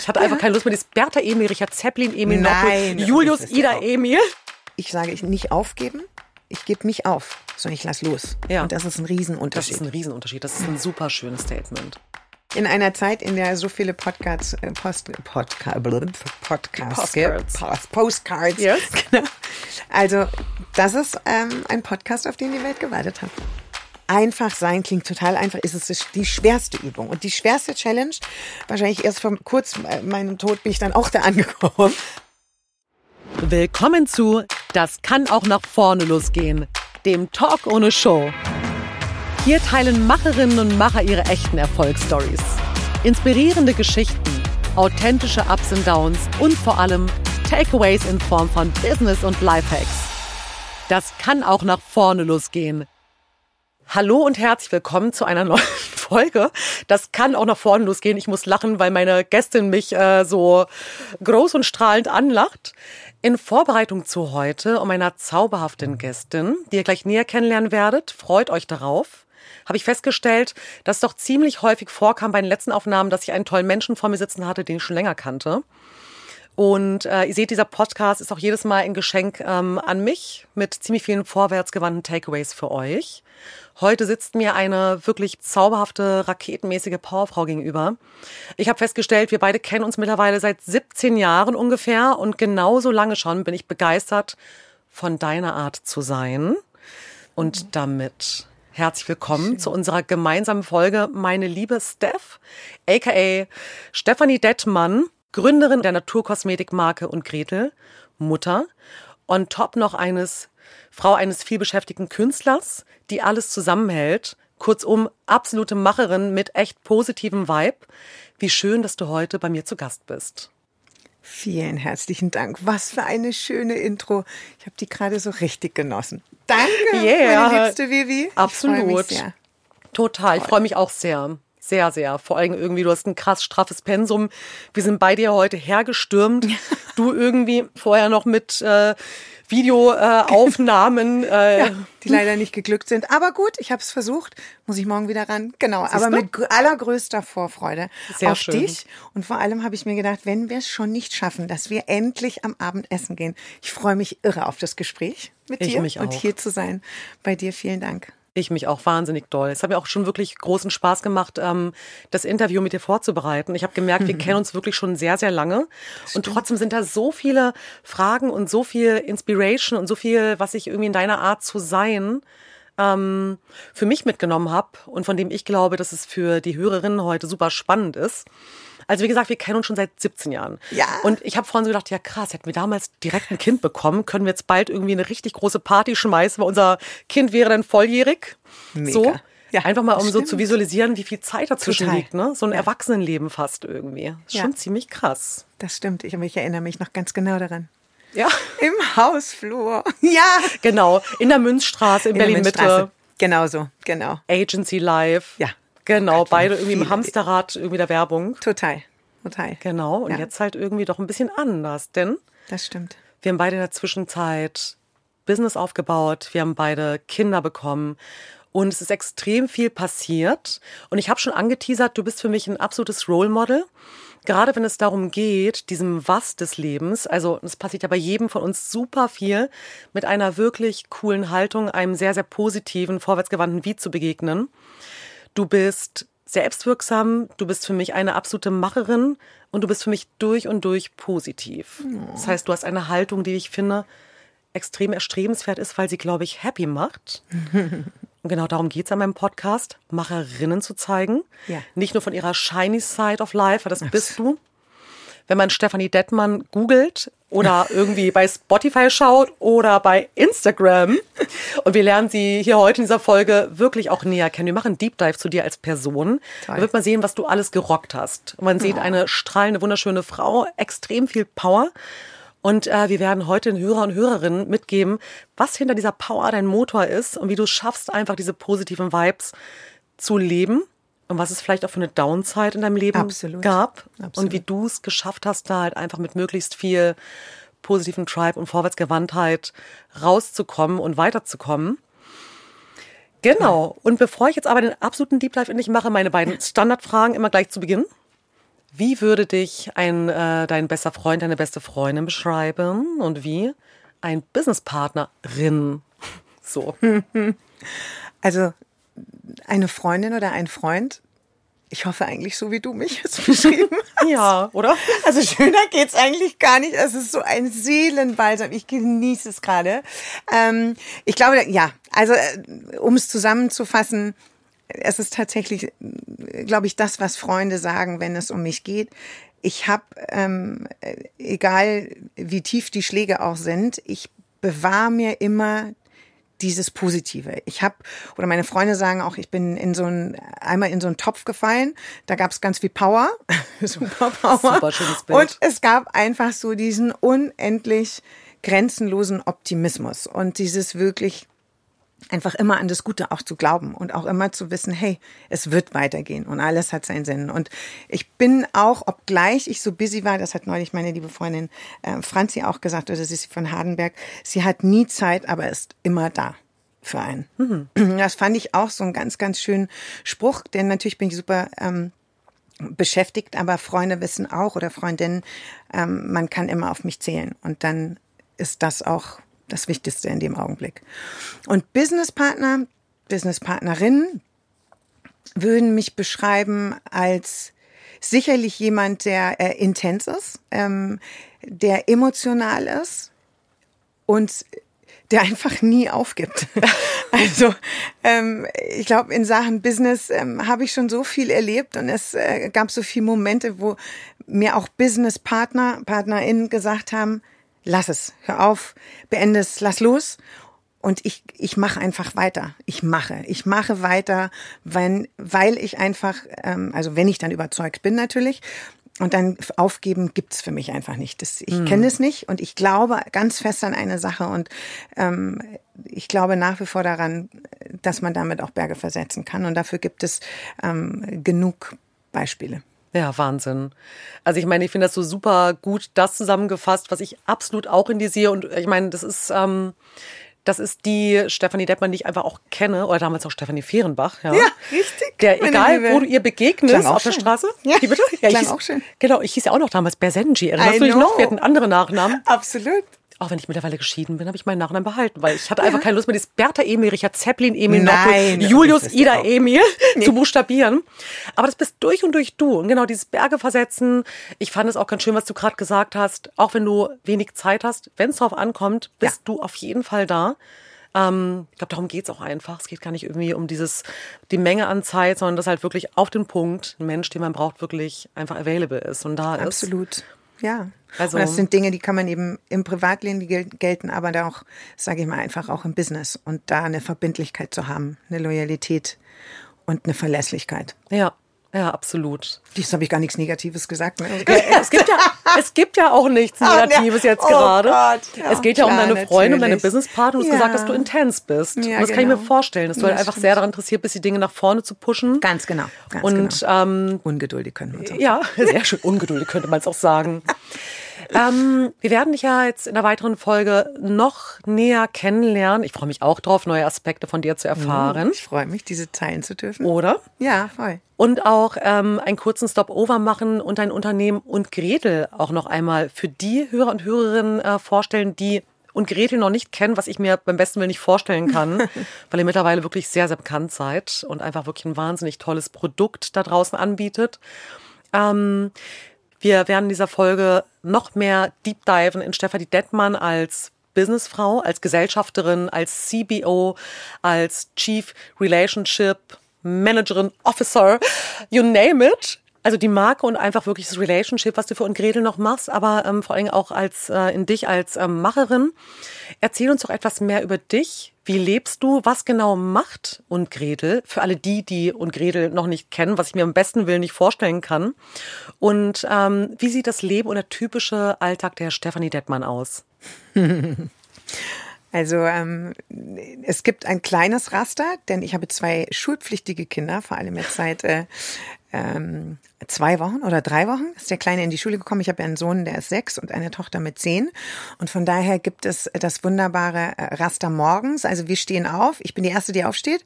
Ich hatte einfach keine Lust mehr. Das Bertha Emil, Richard Zeppelin Emil, Nein, Julius, Ida Emil. Ich sage, nicht aufgeben, ich gebe nicht auf, sondern ich lasse los. Ja. Und das ist ein Riesenunterschied. Das ist ein Riesenunterschied. Das ist ein super schönes Statement. In einer Zeit, in der so viele Postcards gibt. Yes. Genau. Also, das ist ein Podcast, auf den die Welt gewartet hat. Einfach sein klingt total einfach, ist es die schwerste Übung. Und die schwerste Challenge, wahrscheinlich erst vor kurz meinem Tod bin ich dann auch da angekommen. Willkommen zu Das kann auch nach vorne losgehen, dem Talk ohne Show. Hier teilen Macherinnen und Macher ihre echten Erfolgsstories. Inspirierende Geschichten, authentische Ups und Downs und vor allem Takeaways in Form von Business- und Lifehacks. Das kann auch nach vorne losgehen. Hallo und herzlich willkommen zu einer neuen Folge. Das kann auch nach vorne losgehen. Ich muss lachen, weil meine Gästin mich so groß und strahlend anlacht. In Vorbereitung zu heute und meiner zauberhaften Gästin, die ihr gleich näher kennenlernen werdet, freut euch darauf, habe ich festgestellt, dass es doch ziemlich häufig vorkam bei den letzten Aufnahmen, dass ich einen tollen Menschen vor mir sitzen hatte, den ich schon länger kannte. Und ihr seht, dieser Podcast ist auch jedes Mal ein Geschenk an mich mit ziemlich vielen vorwärtsgewandten Takeaways für euch. Heute sitzt mir eine wirklich zauberhafte, raketenmäßige Powerfrau gegenüber. Ich habe festgestellt, wir beide kennen uns mittlerweile seit 17 Jahren ungefähr und genauso lange schon bin ich begeistert von deiner Art zu sein. Und damit herzlich willkommen zu unserer gemeinsamen Folge, meine liebe Steph, aka Stefanie Dettmann, Gründerin der Naturkosmetikmarke und Gretel, Mutter, on top noch Frau eines vielbeschäftigten Künstlers, die alles zusammenhält. Kurzum, absolute Macherin mit echt positivem Vibe. Wie schön, dass du heute bei mir zu Gast bist. Vielen herzlichen Dank. Was für eine schöne Intro. Ich habe die gerade so richtig genossen. Danke, meine liebste Vivi. Absolut. Ich freue mich sehr. Total, ich freue mich auch sehr. Sehr, sehr. Vor allem irgendwie, du hast ein krass straffes Pensum. Wir sind bei dir heute hergestürmt. Du irgendwie vorher noch mit Videoaufnahmen. Ja, die leider nicht geglückt sind. Aber gut, ich habe es versucht. Muss ich morgen wieder ran. Genau, aber mit allergrößter Vorfreude sehr auf schön. dich. Und vor allem habe ich mir gedacht, wenn wir es schon nicht schaffen, dass wir endlich am Abend essen gehen. Ich freue mich irre auf das Gespräch mit dir und hier zu sein. Bei dir vielen Dank. Ich mich auch wahnsinnig doll. Es hat mir auch schon wirklich großen Spaß gemacht, das Interview mit dir vorzubereiten. Ich habe gemerkt, wir kennen uns wirklich schon sehr, sehr lange. Und trotzdem sind da so viele Fragen und so viel Inspiration und so viel, was ich irgendwie in deiner Art zu sein für mich mitgenommen habe und von dem ich glaube, dass es für die Hörerinnen heute super spannend ist. Also wie gesagt, wir kennen uns schon seit 17 Jahren. Ja. Und ich habe vorhin so gedacht, ja krass, hätten wir damals direkt ein Kind bekommen, können wir jetzt bald irgendwie eine richtig große Party schmeißen, weil unser Kind wäre dann volljährig. Mega. So. Ja, einfach mal, um so stimmt. zu visualisieren, wie viel Zeit dazwischen Total. liegt. Ne? So ein Erwachsenenleben fast irgendwie. Ist Ja. schon ziemlich krass. Das stimmt. Ich erinnere mich noch ganz genau daran. Ja, Im Hausflur. Ja. genau. In der Münzstraße, in Berlin-Mitte. Genau so, genau. Agency Live. Ja. Genau, Gott, beide irgendwie im viele- Hamsterrad irgendwie der Werbung. Total. Genau, und Ja. jetzt halt irgendwie doch ein bisschen anders, denn Das stimmt. wir haben beide in der Zwischenzeit Business aufgebaut, wir haben beide Kinder bekommen und es ist extrem viel passiert. Und ich habe schon angeteasert, du bist für mich ein absolutes Role Model. Gerade wenn es darum geht, diesem Was des Lebens, also es passiert ja bei jedem von uns super viel, mit einer wirklich coolen Haltung, einem sehr, sehr positiven, vorwärtsgewandten Wie zu begegnen. Du bist selbstwirksam, du bist für mich eine absolute Macherin und du bist für mich durch und durch positiv. Das heißt, du hast eine Haltung, die ich finde extrem erstrebenswert ist, weil sie, glaube ich, happy macht. Und genau darum geht es an meinem Podcast, Macherinnen zu zeigen. Ja. Nicht nur von ihrer shiny side of life, weil das bist du. Wenn man Stefanie Dettmann googelt oder irgendwie bei Spotify schaut oder bei Instagram und wir lernen sie hier heute in dieser Folge wirklich auch näher kennen. Wir machen einen Deep Dive zu dir als Person. Toll. Da wird man sehen, was du alles gerockt hast. Und man sieht eine strahlende, wunderschöne Frau, extrem viel Power. Und wir werden heute den Hörer und Hörerinnen mitgeben, was hinter dieser Power dein Motor ist und wie du es schaffst, einfach diese positiven Vibes zu leben. Und was es vielleicht auch für eine Downside in deinem Leben gab. Absolut. Und wie du es geschafft hast, da halt einfach mit möglichst viel positiven Tribe und Vorwärtsgewandtheit rauszukommen und weiterzukommen. Genau. Und bevor ich jetzt aber den absoluten Deep Dive in dich mache, meine beiden Standardfragen immer gleich zu Beginn. Wie würde dich dein bester Freund, deine beste Freundin beschreiben und wie ein Businesspartnerin? So. Also eine Freundin oder ein Freund, ich hoffe eigentlich so, wie du mich jetzt beschrieben hast. Ja, oder? Also schöner geht's eigentlich gar nicht. Es ist so ein Seelenbalsam. Ich genieße es gerade. Ich glaube, ja, also um es zusammenzufassen, es ist tatsächlich, glaube ich, das, was Freunde sagen, wenn es um mich geht. Ich habe, egal wie tief die Schläge auch sind, ich bewahre mir immer dieses Positive. Oder meine Freunde sagen auch, ich bin einmal in so einen Topf gefallen, da gab es ganz viel Power, super Power. Super schönes Bild. Und es gab einfach so diesen unendlich grenzenlosen Optimismus und dieses wirklich einfach immer an das Gute auch zu glauben und auch immer zu wissen, hey, es wird weitergehen und alles hat seinen Sinn. Und ich bin auch, obgleich ich so busy war, das hat neulich meine liebe Freundin Franzi auch gesagt, oder sie ist von Hardenberg, sie hat nie Zeit, aber ist immer da für einen. Mhm. Das fand ich auch so einen ganz, ganz schönen Spruch, denn natürlich bin ich super beschäftigt, aber Freunde wissen auch oder Freundinnen, man kann immer auf mich zählen und dann ist das auch das Wichtigste in dem Augenblick. Und Businesspartner, Businesspartnerinnen würden mich beschreiben als sicherlich jemand, der intens ist, der emotional ist und der einfach nie aufgibt. Also ich glaube, in Sachen Business habe ich schon so viel erlebt und es gab so viele Momente, wo mir auch PartnerInnen gesagt haben, lass es, hör auf, beende es, lass los. Und ich mache einfach weiter. Ich mache weiter, weil ich einfach, also wenn ich dann überzeugt bin natürlich, und dann aufgeben gibt's für mich einfach nicht. Ich kenne es nicht und ich glaube ganz fest an eine Sache und ich glaube nach wie vor daran, dass man damit auch Berge versetzen kann. Und dafür gibt es genug Beispiele. Ja, Wahnsinn. Also ich meine, ich finde das so super gut, das zusammengefasst, was ich absolut auch in dir sehe. Und ich meine, das ist die Stefanie Dettmann, die ich einfach auch kenne. Oder damals auch Stefanie Fehrenbach. Ja, richtig. Der, egal wo du ihr begegnest auf der schön. Straße. Ja, die bitte? Ja, klang auch schön. Genau, ich hieß ja auch noch damals Bersenji. Erinnerst du dich noch? Wir hatten andere Nachnamen. Absolut. Auch wenn ich mittlerweile geschieden bin, habe ich meinen Nachnamen behalten, weil ich hatte einfach keine Lust mehr, dieses Bertha Emil, Richard Zeppelin Emil, Nein, Julius Ida Emil zu buchstabieren. Aber das bist durch und durch du. Und genau dieses Berge versetzen. Ich fand es auch ganz schön, was du gerade gesagt hast. Auch wenn du wenig Zeit hast, wenn es drauf ankommt, bist du auf jeden Fall da. Ich glaube, darum geht's auch einfach. Es geht gar nicht irgendwie um die Menge an Zeit, sondern dass halt wirklich auf den Punkt ein Mensch, den man braucht, wirklich einfach available ist und da ist. Absolut. Ja. Also, und das sind Dinge, die kann man eben im Privatleben, die gelten, aber da auch, sage ich mal, einfach auch im Business. Und da eine Verbindlichkeit zu haben, eine Loyalität und eine Verlässlichkeit. Ja, absolut. Dies habe ich gar nichts Negatives gesagt. Ne? Ja, es gibt ja auch nichts Negatives jetzt gerade. Gott. Ja, es geht ja um deine Freunde, um deine Businesspartner. Du hast gesagt, dass du intens bist. Ja, und das kann ich mir vorstellen, dass du halt einfach sehr daran interessiert bist, die Dinge nach vorne zu pushen. Ganz genau. Ungeduldig könnte man sagen. Ja, sehr schön. Ungeduldig könnte man es auch sagen. Wir werden dich ja jetzt in der weiteren Folge noch näher kennenlernen. Ich freue mich auch drauf, neue Aspekte von dir zu erfahren. Ich freue mich, diese teilen zu dürfen. Oder? Ja, voll. Und auch einen kurzen Stopover machen und dein Unternehmen und Gretel auch noch einmal für die Hörer und Hörerinnen vorstellen, die und Gretel noch nicht kennen, was ich mir beim besten Willen nicht vorstellen kann, weil ihr mittlerweile wirklich sehr, sehr bekannt seid und einfach wirklich ein wahnsinnig tolles Produkt da draußen anbietet. Wir werden in dieser Folge noch mehr deep diven in Stefanie Dettmann als Businessfrau, als Gesellschafterin, als CBO, als Chief Relationship Managerin, Officer, you name it. Also die Marke und einfach wirklich das Relationship, was du für Gretel noch machst, aber vor allem auch in dich als Macherin. Erzähl uns doch etwas mehr über dich. Wie lebst du? Was genau macht Gretel? Für alle die Gretel noch nicht kennen, was ich mir am besten Willen nicht vorstellen kann. Und wie sieht das Leben und der typische Alltag der Stefanie Dettmann aus? Also es gibt ein kleines Raster, denn ich habe 2 schulpflichtige Kinder, vor allem jetzt seit 2 Wochen oder 3 Wochen ist der Kleine in die Schule gekommen. Ich habe ja einen Sohn, der ist 6 und eine Tochter mit 10. Und von daher gibt es das wunderbare Raster morgens. Also wir stehen auf. Ich bin die Erste, die aufsteht,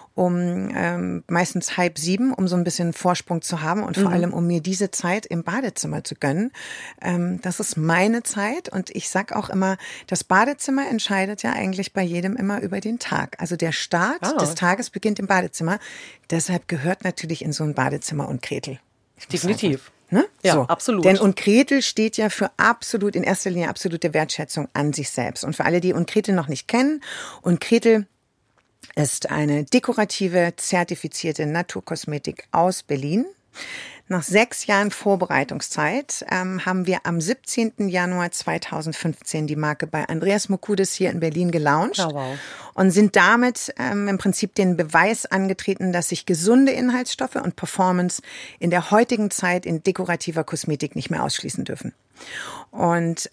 um meistens 6:30, um so ein bisschen Vorsprung zu haben und vor allem, um mir diese Zeit im Badezimmer zu gönnen. Das ist meine Zeit und ich sag auch immer, das Badezimmer entscheidet ja eigentlich bei jedem immer über den Tag. Also der Start des Tages beginnt im Badezimmer. Deshalb gehört natürlich in so ein Badezimmer und Gretel. Definitiv. Ne? Ja, so. absolut. Denn und Gretel steht ja für in erster Linie absolute Wertschätzung an sich selbst. Und für alle, die und Gretel noch nicht kennen, und Gretel ist eine dekorative, zertifizierte Naturkosmetik aus Berlin. Nach 6 Jahren Vorbereitungszeit haben wir am 17. Januar 2015 die Marke bei Andreas Mokoudis hier in Berlin gelauncht. Oh, wow. Und sind damit im Prinzip den Beweis angetreten, dass sich gesunde Inhaltsstoffe und Performance in der heutigen Zeit in dekorativer Kosmetik nicht mehr ausschließen dürfen. Und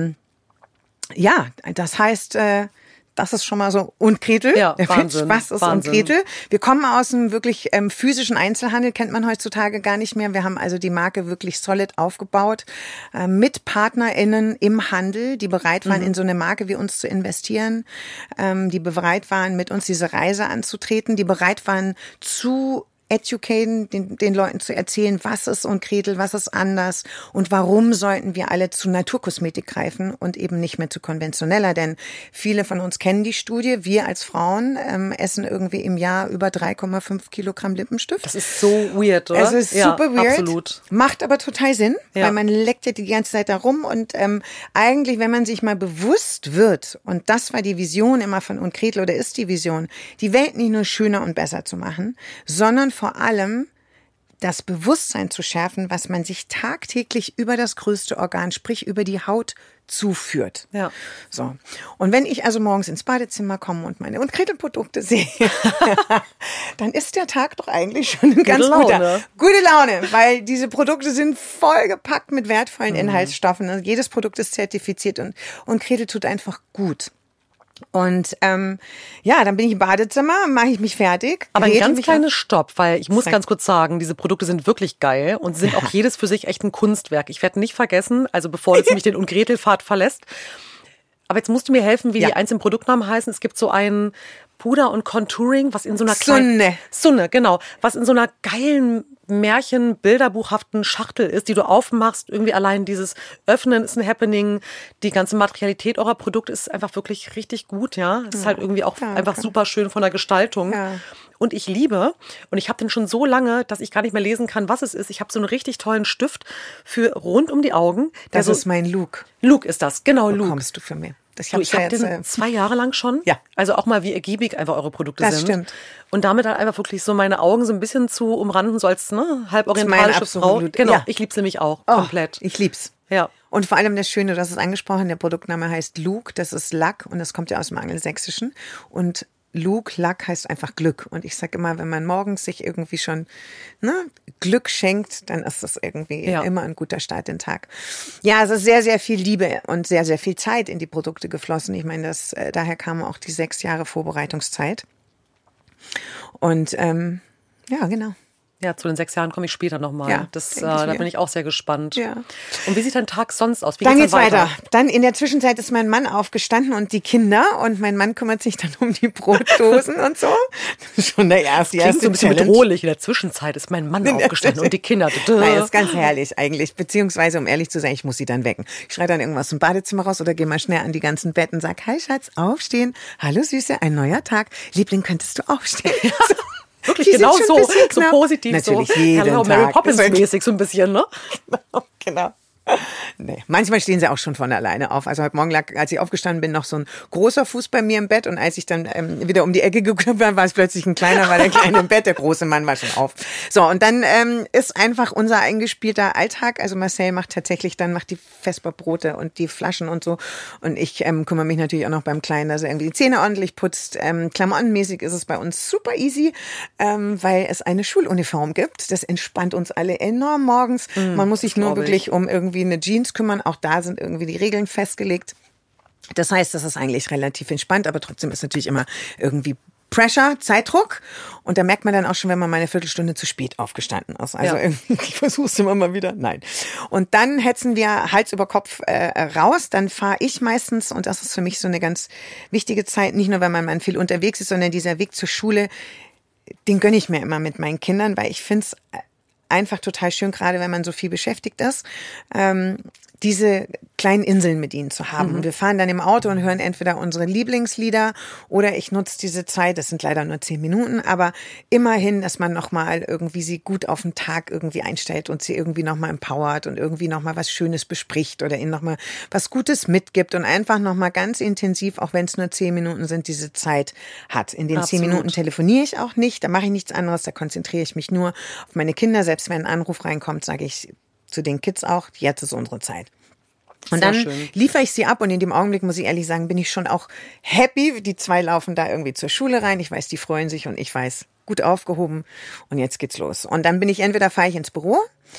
ja, das heißt... Das ist schon mal so. Und Gretel, ja, der Wahnsinn, was ist Wahnsinn. Und Gretel? Wir kommen aus einem wirklich physischen Einzelhandel, kennt man heutzutage gar nicht mehr. Wir haben also die Marke wirklich solid aufgebaut, mit PartnerInnen im Handel, die bereit waren, in so eine Marke wie uns zu investieren, die bereit waren, mit uns diese Reise anzutreten, die bereit waren zu educaten, den Leuten zu erzählen, was ist und Gretel, was ist anders und warum sollten wir alle zu Naturkosmetik greifen und eben nicht mehr zu konventioneller, denn viele von uns kennen die Studie, wir als Frauen essen irgendwie im Jahr über 3,5 Kilogramm Lippenstift. Das ist so weird, oder? Es ist super weird, absolut. Macht aber total Sinn, weil man leckt ja die ganze Zeit da rum und eigentlich, wenn man sich mal bewusst wird, und das war die Vision immer von und Gretel oder ist die Vision, die Welt nicht nur schöner und besser zu machen, sondern vor allem das Bewusstsein zu schärfen, was man sich tagtäglich über das größte Organ, sprich über die Haut, zuführt. Ja. So. Und wenn ich also morgens ins Badezimmer komme und meine und Gretel-Produkte sehe, dann ist der Tag doch eigentlich schon ein ganz guter. Gute Laune, weil diese Produkte sind vollgepackt mit wertvollen Inhaltsstoffen. Also jedes Produkt ist zertifiziert und Gretel tut einfach gut. Und ja, dann bin ich im Badezimmer, mache ich mich fertig. Aber ein ganz kleines Stopp, weil ich muss ganz kurz sagen, diese Produkte sind wirklich geil und sind auch jedes für sich echt ein Kunstwerk. Ich werde nicht vergessen, also bevor jetzt mich den und Gretel-Pfad verlässt, aber jetzt musst du mir helfen, wie die einzelnen Produktnamen heißen. Es gibt so einen Puder und Contouring, was in so einer kleinen... Sunne, genau. Was in so einer geilen Märchen-bilderbuchhaften Schachtel ist, die du aufmachst. Irgendwie allein dieses Öffnen ist ein Happening. Die ganze Materialität eurer Produkte ist einfach wirklich richtig gut, ja. Es ist halt irgendwie auch einfach super schön von der Gestaltung. Ja. Und ich liebe, und ich habe den schon so lange, dass ich gar nicht mehr lesen kann, was es ist. Ich habe so einen richtig tollen Stift für rund um die Augen. Das ist mein Look. Look ist das, genau, Look. Bekommst du für mich. Ich habe den 2 Jahre lang schon. Ja. Also auch mal, wie ergiebig einfach eure Produkte sind. Das stimmt. Und damit halt einfach wirklich so meine Augen so ein bisschen zu umranden, so als halb orientalische Frau. Genau, ja. Ich lieb's nämlich auch komplett. Ich lieb's. Ja. Und vor allem das Schöne, du hast es angesprochen, der Produktname heißt Look, das ist Lack und das kommt ja aus dem Angelsächsischen. Und Luke, Lack heißt einfach Glück. Und ich sage immer, wenn man morgens sich irgendwie schon Glück schenkt, dann ist das irgendwie immer ein guter Start in den Tag. Ja, es ist sehr, sehr viel Liebe und sehr, sehr viel Zeit in die Produkte geflossen. Ich meine, daher kam auch die 6 Jahre Vorbereitungszeit. Und ja, genau. Ja, zu den 6 Jahren komme ich später nochmal. Ja, da bin ich auch sehr gespannt. Ja. Und wie sieht dein Tag sonst aus? Dann geht's weiter. Dann in der Zwischenzeit ist mein Mann aufgestanden und die Kinder und mein Mann kümmert sich dann um die Brotdosen und so. Das ist schon der erste Klingt so ein bisschen bedrohlich. In der Zwischenzeit ist mein Mann aufgestanden und die Kinder. Nein, das ist ganz herrlich eigentlich. Beziehungsweise, um ehrlich zu sein, ich muss sie dann wecken. Ich schreie dann irgendwas im Badezimmer raus oder gehe mal schnell an die ganzen Betten und sag, hi Schatz, aufstehen. Hallo Süße, ein neuer Tag. Liebling, könntest du aufstehen? Wirklich genau so positiv. Natürlich so. jeden Hello, Mary Poppins-mäßig so ein bisschen, ne? Genau. Nee, manchmal stehen sie auch schon von alleine auf. Also heute Morgen lag, als ich aufgestanden bin, noch so ein großer Fuß bei mir im Bett und als ich dann wieder um die Ecke geguckt habe, war es plötzlich ein kleiner, weil der Kleine im Bett, der große Mann war schon auf. So, und dann ist einfach unser eingespielter Alltag. Also Marcel macht die Vesperbrote und die Flaschen und so und ich kümmere mich natürlich auch noch beim Kleinen, dass er irgendwie die Zähne ordentlich putzt. Klamottenmäßig ist es bei uns super easy, weil es eine Schuluniform gibt. Das entspannt uns alle enorm morgens. Man muss sich nur wirklich um irgendwie eine Jeans kümmern. Auch da sind irgendwie die Regeln festgelegt. Das heißt, das ist eigentlich relativ entspannt, aber trotzdem ist natürlich immer irgendwie Pressure, Zeitdruck. Und da merkt man dann auch schon, wenn man mal eine Viertelstunde zu spät aufgestanden ist. Also irgendwie, ich versuche es immer mal wieder. Nein. Und dann hetzen wir Hals über Kopf raus. Dann fahre ich meistens, und das ist für mich so eine ganz wichtige Zeit, nicht nur, weil mein Mann viel unterwegs ist, sondern dieser Weg zur Schule, den gönne ich mir immer mit meinen Kindern, weil ich finde es einfach total schön, gerade wenn man so viel beschäftigt ist, diese kleinen Inseln mit ihnen zu haben. Wir fahren dann im Auto und hören entweder unsere Lieblingslieder oder ich nutze diese Zeit, das sind leider nur 10 Minuten, aber immerhin, dass man nochmal irgendwie sie gut auf den Tag irgendwie einstellt und sie irgendwie nochmal empowert und irgendwie nochmal was Schönes bespricht oder ihnen nochmal was Gutes mitgibt und einfach nochmal ganz intensiv, auch wenn es nur 10 Minuten sind, diese Zeit hat. In den 10 Minuten telefoniere ich auch nicht, da mache ich nichts anderes, da konzentriere ich mich nur auf meine Kinder. Selbst wenn ein Anruf reinkommt, sage ich zu den Kids auch, jetzt ist unsere Zeit. Und dann liefere ich sie ab und in dem Augenblick, muss ich ehrlich sagen, bin ich schon auch happy. Die 2 laufen da irgendwie zur Schule rein. Ich weiß, die freuen sich und ich weiß, gut aufgehoben und jetzt geht's los. Und dann fahre ich ins Büro,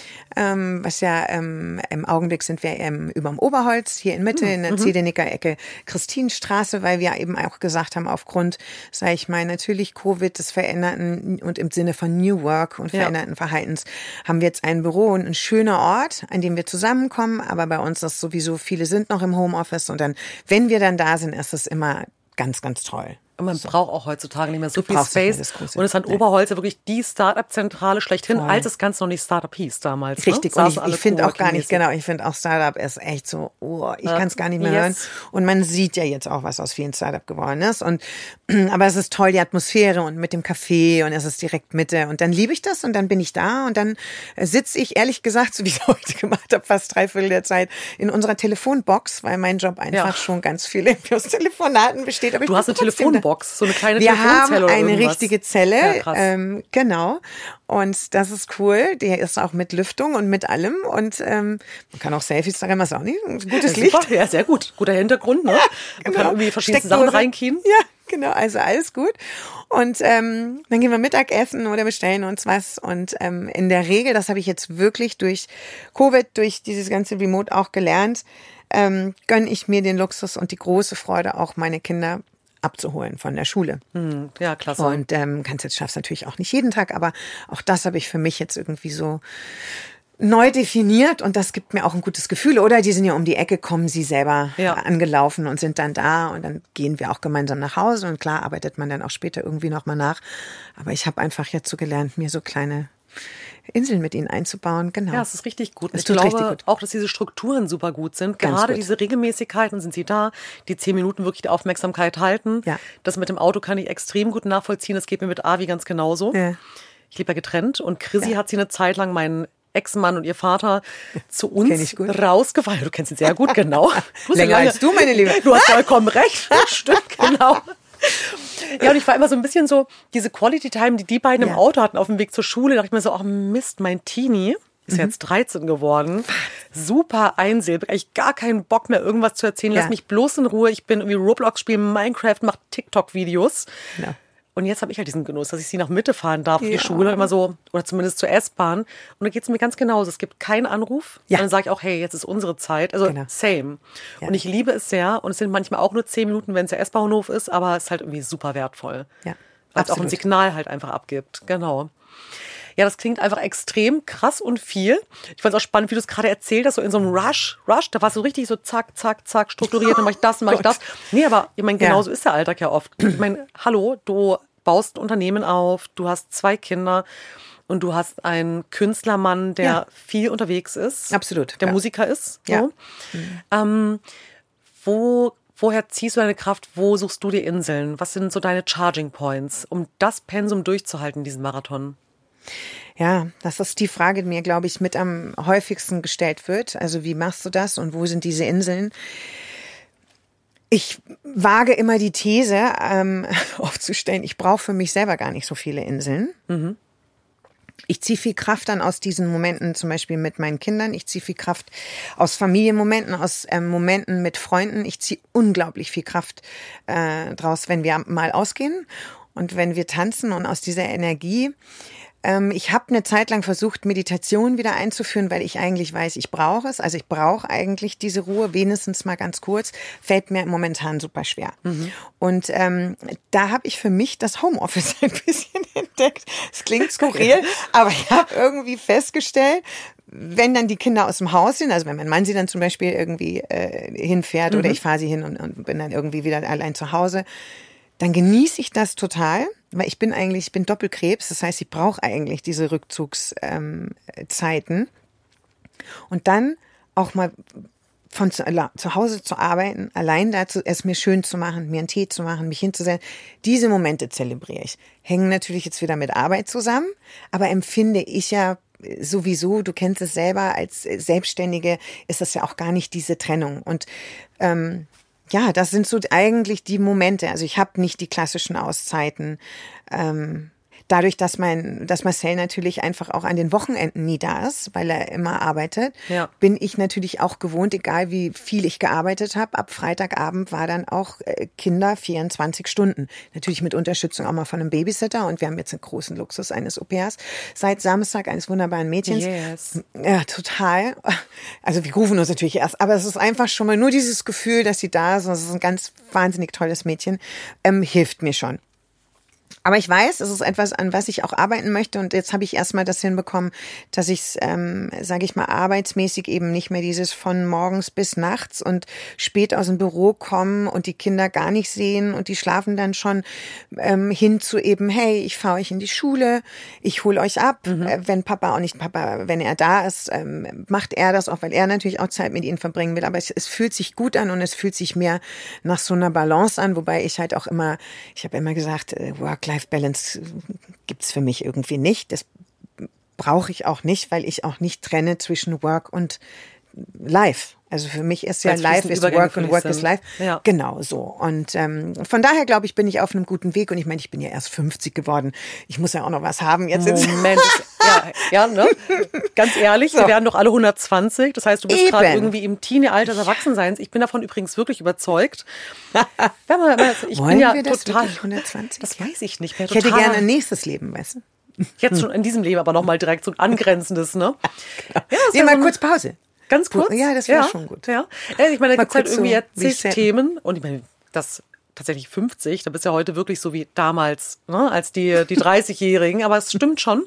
was ja im Augenblick sind wir überm Oberholz, hier in Mitte, in der Zedenicker Ecke Christinenstraße, weil wir eben auch gesagt haben, aufgrund, sage ich mal, natürlich Covid, des Veränderten und im Sinne von New Work und veränderten Verhaltens, haben wir jetzt ein Büro und ein schöner Ort, an dem wir zusammenkommen, aber bei uns ist sowieso, viele sind noch im Homeoffice und dann, wenn wir dann da sind, ist es immer ganz, ganz toll. Und man braucht auch heutzutage nicht mehr so viel Space. Und es hat Oberholz ja wirklich die Start-up-Zentrale schlechthin, als das Ganze noch nicht Start-up hieß damals. Richtig. Ne? Und ich finde auch gar nicht, ich finde auch Start-up ist echt so, ich kann es gar nicht mehr hören. Und man sieht ja jetzt auch, was aus vielen Start-up geworden ist. Aber es ist toll, die Atmosphäre und mit dem Café und es ist direkt Mitte. Und dann liebe ich das und dann bin ich da und dann sitze ich, ehrlich gesagt, so wie ich es heute gemacht habe, fast 3/4 der Zeit in unserer Telefonbox, weil mein Job einfach schon ganz viel aus Telefonaten besteht. Aber du hast eine Telefonbox. So eine kleine Wir Telefonzelle haben eine irgendwas. richtige Zelle, Ja, genau. Und das ist cool. Der ist auch mit Lüftung und mit allem. Und man kann auch Selfies darin, was auch nicht. Gutes Licht. Ja, sehr gut. Guter Hintergrund, ne? Man kann irgendwie verschiedene Sachen reinkriegen. Ja, genau. Also alles gut. Und dann gehen wir Mittagessen oder bestellen uns was. Und in der Regel, das habe ich jetzt wirklich durch Covid, durch dieses ganze Remote auch gelernt, gönne ich mir den Luxus und die große Freude, auch meine Kinder abzuholen von der Schule. Ja, klasse. Und schaffst natürlich auch nicht jeden Tag, aber auch das habe ich für mich jetzt irgendwie so neu definiert und das gibt mir auch ein gutes Gefühl. Oder die sind ja um die Ecke, kommen sie selber angelaufen und sind dann da und dann gehen wir auch gemeinsam nach Hause und klar arbeitet man dann auch später irgendwie nochmal nach. Aber ich habe einfach jetzt so gelernt, mir so kleine Inseln mit ihnen einzubauen, genau. Ja, es ist richtig gut. Ich glaube auch, dass diese Strukturen super gut sind. Gerade diese Regelmäßigkeiten sind sie da. Die 10 Minuten wirklich die Aufmerksamkeit halten. Ja. Das mit dem Auto kann ich extrem gut nachvollziehen. Das geht mir mit Avi ganz genauso. Ja. Ich lebe ja getrennt und Chrissy hat sie eine Zeit lang, meinen Ex-Mann und ihr Vater, zu uns rausgefahren. Du kennst ihn sehr gut, genau. Länger als du, meine Liebe. Du hast vollkommen recht. Stimmt, genau. Ja, und ich war immer so ein bisschen so, diese Quality Time, die die beiden im Auto hatten auf dem Weg zur Schule, dachte ich mir so, ach Mist, mein Teenie ist jetzt 13 geworden. Super einsilbig, eigentlich gar keinen Bock mehr, irgendwas zu erzählen. Lass mich bloß in Ruhe. Ich bin irgendwie Roblox spielen, Minecraft, mach TikTok-Videos. Ja. Und jetzt habe ich halt diesen Genuss, dass ich sie nach Mitte fahren darf für die Schule, immer so, oder zumindest zur S-Bahn. Und da geht es mir ganz genauso. Es gibt keinen Anruf. Ja. Dann sage ich auch, hey, jetzt ist unsere Zeit. Also same. Ja. Und ich liebe es sehr. Und es sind manchmal auch nur 10 Minuten, wenn es der S-Bahnhof ist, aber es ist halt irgendwie super wertvoll. Ja. Weil es auch ein Signal halt einfach abgibt. Genau. Ja, das klingt einfach extrem krass und viel. Ich fand es auch spannend, wie du es gerade erzählt hast, so in so einem Rush, da war es so richtig so zack, zack, zack, strukturiert, dann mache ich das, dann mache ich das. Nee, aber ich meine, genauso ist der Alltag ja oft. Ich meine, hallo, du baust ein Unternehmen auf, du hast 2 Kinder und du hast einen Künstlermann, der viel unterwegs ist. Absolut. Der Musiker ist. So. Ja. Woher ziehst du deine Kraft? Wo suchst du dir Inseln? Was sind so deine Charging Points, um das Pensum durchzuhalten, diesen Marathon? Ja, das ist die Frage, die mir, glaube ich, mit am häufigsten gestellt wird. Also wie machst du das und wo sind diese Inseln? Ich wage immer die These aufzustellen, ich brauche für mich selber gar nicht so viele Inseln. Mhm. Ich ziehe viel Kraft dann aus diesen Momenten, zum Beispiel mit meinen Kindern. Ich ziehe viel Kraft aus Familienmomenten, aus Momenten mit Freunden. Ich ziehe unglaublich viel Kraft draus, wenn wir mal ausgehen und wenn wir tanzen und aus dieser Energie Ich habe eine Zeit lang versucht, Meditation wieder einzuführen, weil ich eigentlich weiß, ich brauche es. Also ich brauche eigentlich diese Ruhe, wenigstens mal ganz kurz. Fällt mir momentan super schwer. Und da habe ich für mich das Homeoffice ein bisschen entdeckt. Es klingt skurril, aber ich habe irgendwie festgestellt, wenn dann die Kinder aus dem Haus sind, also wenn mein Mann sie dann zum Beispiel irgendwie hinfährt oder ich fahre sie hin und bin dann irgendwie wieder allein zu Hause, dann genieße ich das total, weil ich bin Doppelkrebs, das heißt, ich brauche eigentlich diese Rückzugszeiten. Und dann auch mal von zu Hause zu arbeiten, allein dazu, es mir schön zu machen, mir einen Tee zu machen, mich hinzusetzen. Diese Momente zelebriere ich. Hängen natürlich jetzt wieder mit Arbeit zusammen, aber empfinde ich ja sowieso, du kennst es selber, als Selbstständige ist das ja auch gar nicht diese Trennung. Und ja, das sind so eigentlich die Momente. Also ich habe nicht die klassischen Auszeiten. Dadurch, dass Marcel natürlich einfach auch an den Wochenenden nie da ist, weil er immer arbeitet, bin ich natürlich auch gewohnt, egal wie viel ich gearbeitet habe. Ab Freitagabend war dann auch Kinder 24 Stunden. Natürlich mit Unterstützung auch mal von einem Babysitter. Und wir haben jetzt einen großen Luxus eines Au-pairs seit Samstag, eines wunderbaren Mädchens. Yes. Ja, total. Also wir rufen uns natürlich erst, aber es ist einfach schon mal nur dieses Gefühl, dass sie da ist. Das ist ein ganz wahnsinnig tolles Mädchen. Hilft mir schon. Aber ich weiß, es ist etwas, an was ich auch arbeiten möchte. Und jetzt habe ich erstmal das hinbekommen, dass ich es, sage ich mal, arbeitsmäßig eben nicht mehr dieses von morgens bis nachts und spät aus dem Büro kommen und die Kinder gar nicht sehen und die schlafen dann schon hin zu eben, hey, ich fahre euch in die Schule, ich hole euch ab. Wenn wenn er da ist, macht er das auch, weil er natürlich auch Zeit mit ihnen verbringen will. Aber es fühlt sich gut an und es fühlt sich mehr nach so einer Balance an, wobei ich halt auch immer, ich habe immer gesagt, Work-Life-Balance gibt's für mich irgendwie nicht. Das brauche ich auch nicht, weil ich auch nicht trenne zwischen Work und Life. Also für mich ist ja Life is Work und Work is Life. Ja. Genau so. Und von daher, glaube ich, bin ich auf einem guten Weg. Und ich meine, ich bin ja erst 50 geworden. Ich muss ja auch noch was haben jetzt. Moment. Ja, ne? Ganz ehrlich, wir werden doch alle 120. Das heißt, du bist gerade irgendwie im Teenie-Alter des Erwachsenseins. Ich bin davon übrigens wirklich überzeugt. Ich bin ja total 120. Das weiß ich nicht mehr. Ich hätte gerne ein nächstes Leben, weißt du? Jetzt schon in diesem Leben, aber nochmal direkt so ein angrenzendes, ne? Ja, mal kurz Pause. Ganz kurz? Ja, das wäre schon gut. Ja. Ich meine, da gibt es halt irgendwie jetzt zig Themen. Und ich meine, das tatsächlich 50, da bist du ja heute wirklich so wie damals, ne, als die 30-Jährigen. Aber es stimmt schon.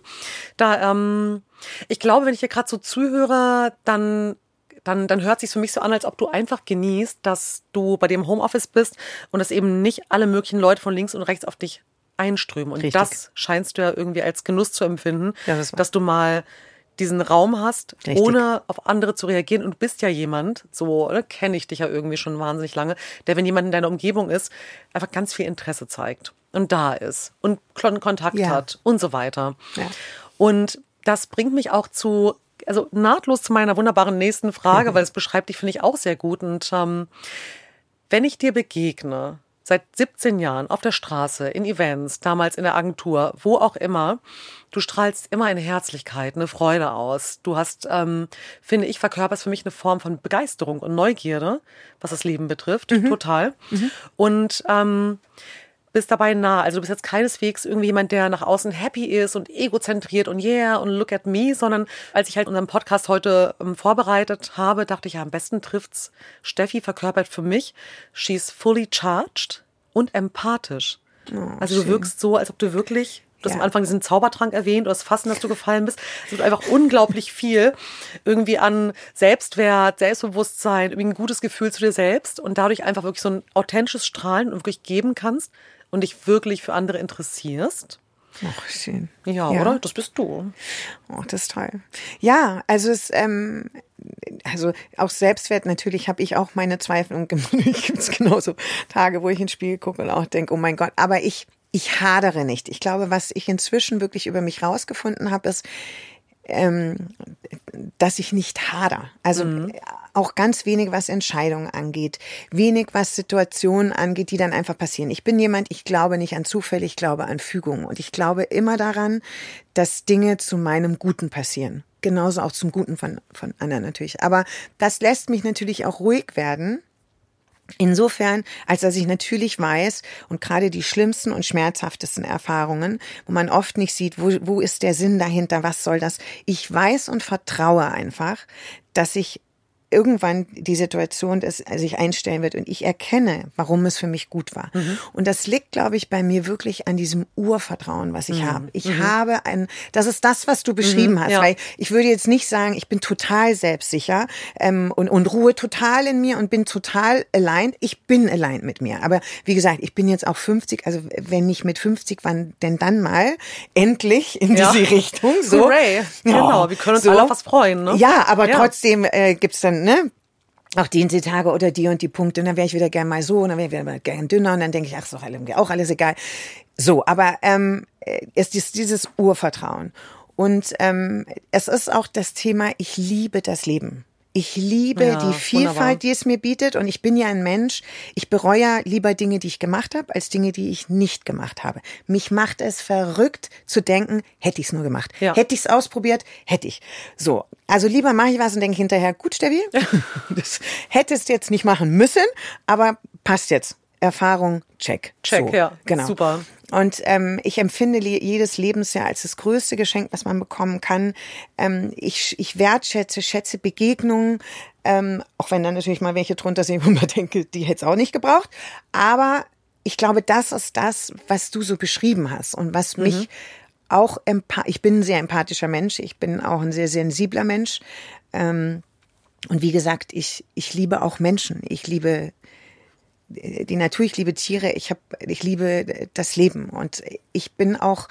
Ich glaube, wenn ich hier gerade so zuhöre, dann hört sich für mich so an, als ob du einfach genießt, dass du bei dem Homeoffice bist und dass eben nicht alle möglichen Leute von links und rechts auf dich einströmen. Und das scheinst du ja irgendwie als Genuss zu empfinden, dass du mal diesen Raum hast, ohne auf andere zu reagieren. Und du bist ja jemand, so kenne ich dich ja irgendwie schon wahnsinnig lange, der, wenn jemand in deiner Umgebung ist, einfach ganz viel Interesse zeigt und da ist und Kontakt hat und so weiter. Ja. Und das bringt mich auch nahtlos zu meiner wunderbaren nächsten Frage, weil es beschreibt dich, finde ich, auch sehr gut. Und wenn ich dir begegne, seit 17 Jahren auf der Straße, in Events, damals in der Agentur, wo auch immer, du strahlst immer eine Herzlichkeit, eine Freude aus. Du hast, finde ich, verkörperst für mich eine Form von Begeisterung und Neugierde, was das Leben betrifft, total. Und bist dabei nah. Also du bist jetzt keineswegs irgendwie jemand, der nach außen happy ist und egozentriert und und look at me, sondern als ich halt unseren Podcast heute vorbereitet habe, dachte ich, ja, am besten trifft's Steffi, verkörpert für mich, she's fully charged und empathisch. Oh, also du wirkst so, als ob du wirklich, du hast am Anfang diesen Zaubertrank erwähnt, oder das Fassen, dass du gefallen bist. Es gibt einfach unglaublich viel irgendwie an Selbstwert, Selbstbewusstsein, irgendwie ein gutes Gefühl zu dir selbst und dadurch einfach wirklich so ein authentisches Strahlen und wirklich geben kannst und dich wirklich für andere interessierst. Ach, schön. Ja, oder? Das bist du. Oh, das ist toll. Ja, also also auch Selbstwert, natürlich habe ich auch meine Zweifel und gibt es genauso Tage, wo ich ins Spiel gucke und auch denke, oh mein Gott, aber ich hadere nicht. Ich glaube, was ich inzwischen wirklich über mich rausgefunden habe, ist, dass ich nicht hader. Also auch ganz wenig, was Entscheidungen angeht. Wenig, was Situationen angeht, die dann einfach passieren. Ich bin jemand, ich glaube nicht an Zufälle, ich glaube an Fügungen. Und ich glaube immer daran, dass Dinge zu meinem Guten passieren. Genauso auch zum Guten von anderen natürlich. Aber das lässt mich natürlich auch ruhig werden, Insofern, als dass ich natürlich weiß, und gerade die schlimmsten und schmerzhaftesten Erfahrungen, wo man oft nicht sieht, wo ist der Sinn dahinter, was soll das? Ich weiß und vertraue einfach, dass ich irgendwann die Situation sich einstellen wird und ich erkenne, warum es für mich gut war. Und das liegt, glaube ich, bei mir wirklich an diesem Urvertrauen, was ich habe. Ich habe das ist das, was du beschrieben hast, weil ich würde jetzt nicht sagen, ich bin total selbstsicher und ruhe total in mir und bin total aligned. Ich bin aligned mit mir. Aber wie gesagt, ich bin jetzt auch 50, also wenn nicht mit 50, wann denn dann mal endlich in diese Richtung. So. Hooray. Genau, wir können uns alle auf was freuen. Ne? Ja, aber trotzdem gibt's dann auch diese Tage oder die und die Punkte, und dann wäre ich wieder gern mal so, und dann wäre ich wieder mal gern dünner, und dann denke ich, ach, ist doch auch alles egal. So, aber es ist dieses Urvertrauen. Und es ist auch das Thema, ich liebe das Leben. Ich liebe die Vielfalt, wunderbar, die es mir bietet, und ich bin ja ein Mensch, ich bereue ja lieber Dinge, die ich gemacht habe, als Dinge, die ich nicht gemacht habe. Mich macht es verrückt zu denken, hätte ich es nur gemacht. Ja. Hätte ich es ausprobiert, hätte ich. So, also lieber mache ich was und denke hinterher, gut, Steffi, das hättest du jetzt nicht machen müssen, aber passt jetzt. Erfahrung, check. Check, so, ja, genau. Super. Und ich empfinde jedes Lebensjahr als das größte Geschenk, was man bekommen kann. Ich schätze Begegnungen, auch wenn dann natürlich mal welche drunter sind, wo man denke, die hätte es auch nicht gebraucht. Aber ich glaube, das ist das, was du so beschrieben hast und was mich auch ich bin ein sehr empathischer Mensch, ich bin auch ein sehr sensibler Mensch. Und wie gesagt, ich liebe auch Menschen. Ich liebe die Natur, ich liebe Tiere, ich liebe das Leben, und ich bin auch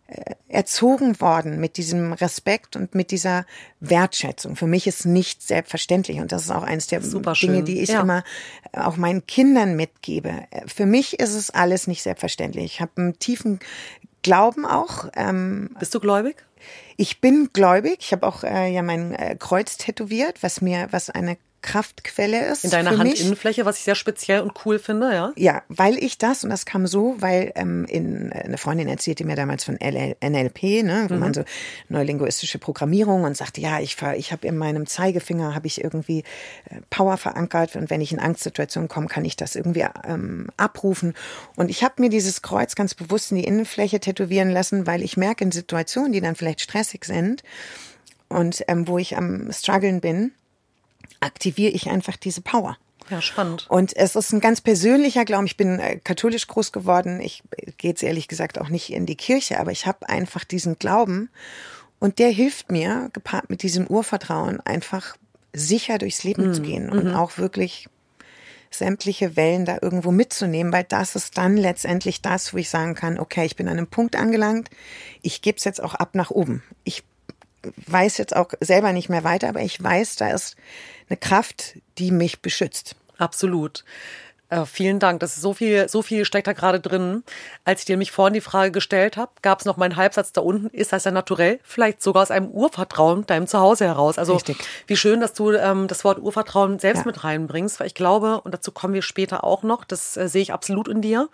erzogen worden mit diesem Respekt und mit dieser Wertschätzung. Für mich ist nicht selbstverständlich, und das ist auch eines der Dinge, die ich immer auch meinen Kindern mitgebe. Für mich ist es alles nicht selbstverständlich. Ich habe einen tiefen Glauben auch. Bist du gläubig? Ich bin gläubig. Ich habe auch mein Kreuz tätowiert, was eine Kraftquelle ist. In deiner Handinnenfläche, was ich sehr speziell und cool finde, ja? Ja, weil ich und das kam so, weil eine Freundin erzählte mir damals von NLP, wo man so neulinguistische Programmierung, und sagte, ja, ich habe in meinem Zeigefinger habe ich irgendwie Power verankert, und wenn ich in Angstsituationen komme, kann ich das irgendwie abrufen. Und ich habe mir dieses Kreuz ganz bewusst in die Innenfläche tätowieren lassen, weil ich merke, in Situationen, die dann vielleicht stressig sind und wo ich am Struggeln bin, aktiviere ich einfach diese Power. Ja, spannend. Und es ist ein ganz persönlicher Glauben. Ich bin katholisch groß geworden. Ich gehe jetzt ehrlich gesagt auch nicht in die Kirche, aber ich habe einfach diesen Glauben, und der hilft mir, gepaart mit diesem Urvertrauen, einfach sicher durchs Leben zu gehen und auch wirklich sämtliche Wellen da irgendwo mitzunehmen, weil das ist dann letztendlich das, wo ich sagen kann, okay, ich bin an einem Punkt angelangt, ich gebe es jetzt auch ab nach oben. Ich weiß jetzt auch selber nicht mehr weiter, aber ich weiß, da ist eine Kraft, die mich beschützt. Absolut. Vielen Dank. Das ist so viel steckt da gerade drin. Als ich dir nämlich vorhin die Frage gestellt habe, gab es noch meinen Halbsatz da unten, ist das ja naturell? Vielleicht sogar aus einem Urvertrauen deinem Zuhause heraus. Also richtig. Wie schön, dass du das Wort Urvertrauen selbst mit reinbringst, weil ich glaube, und dazu kommen wir später auch noch, das sehe ich absolut in dir.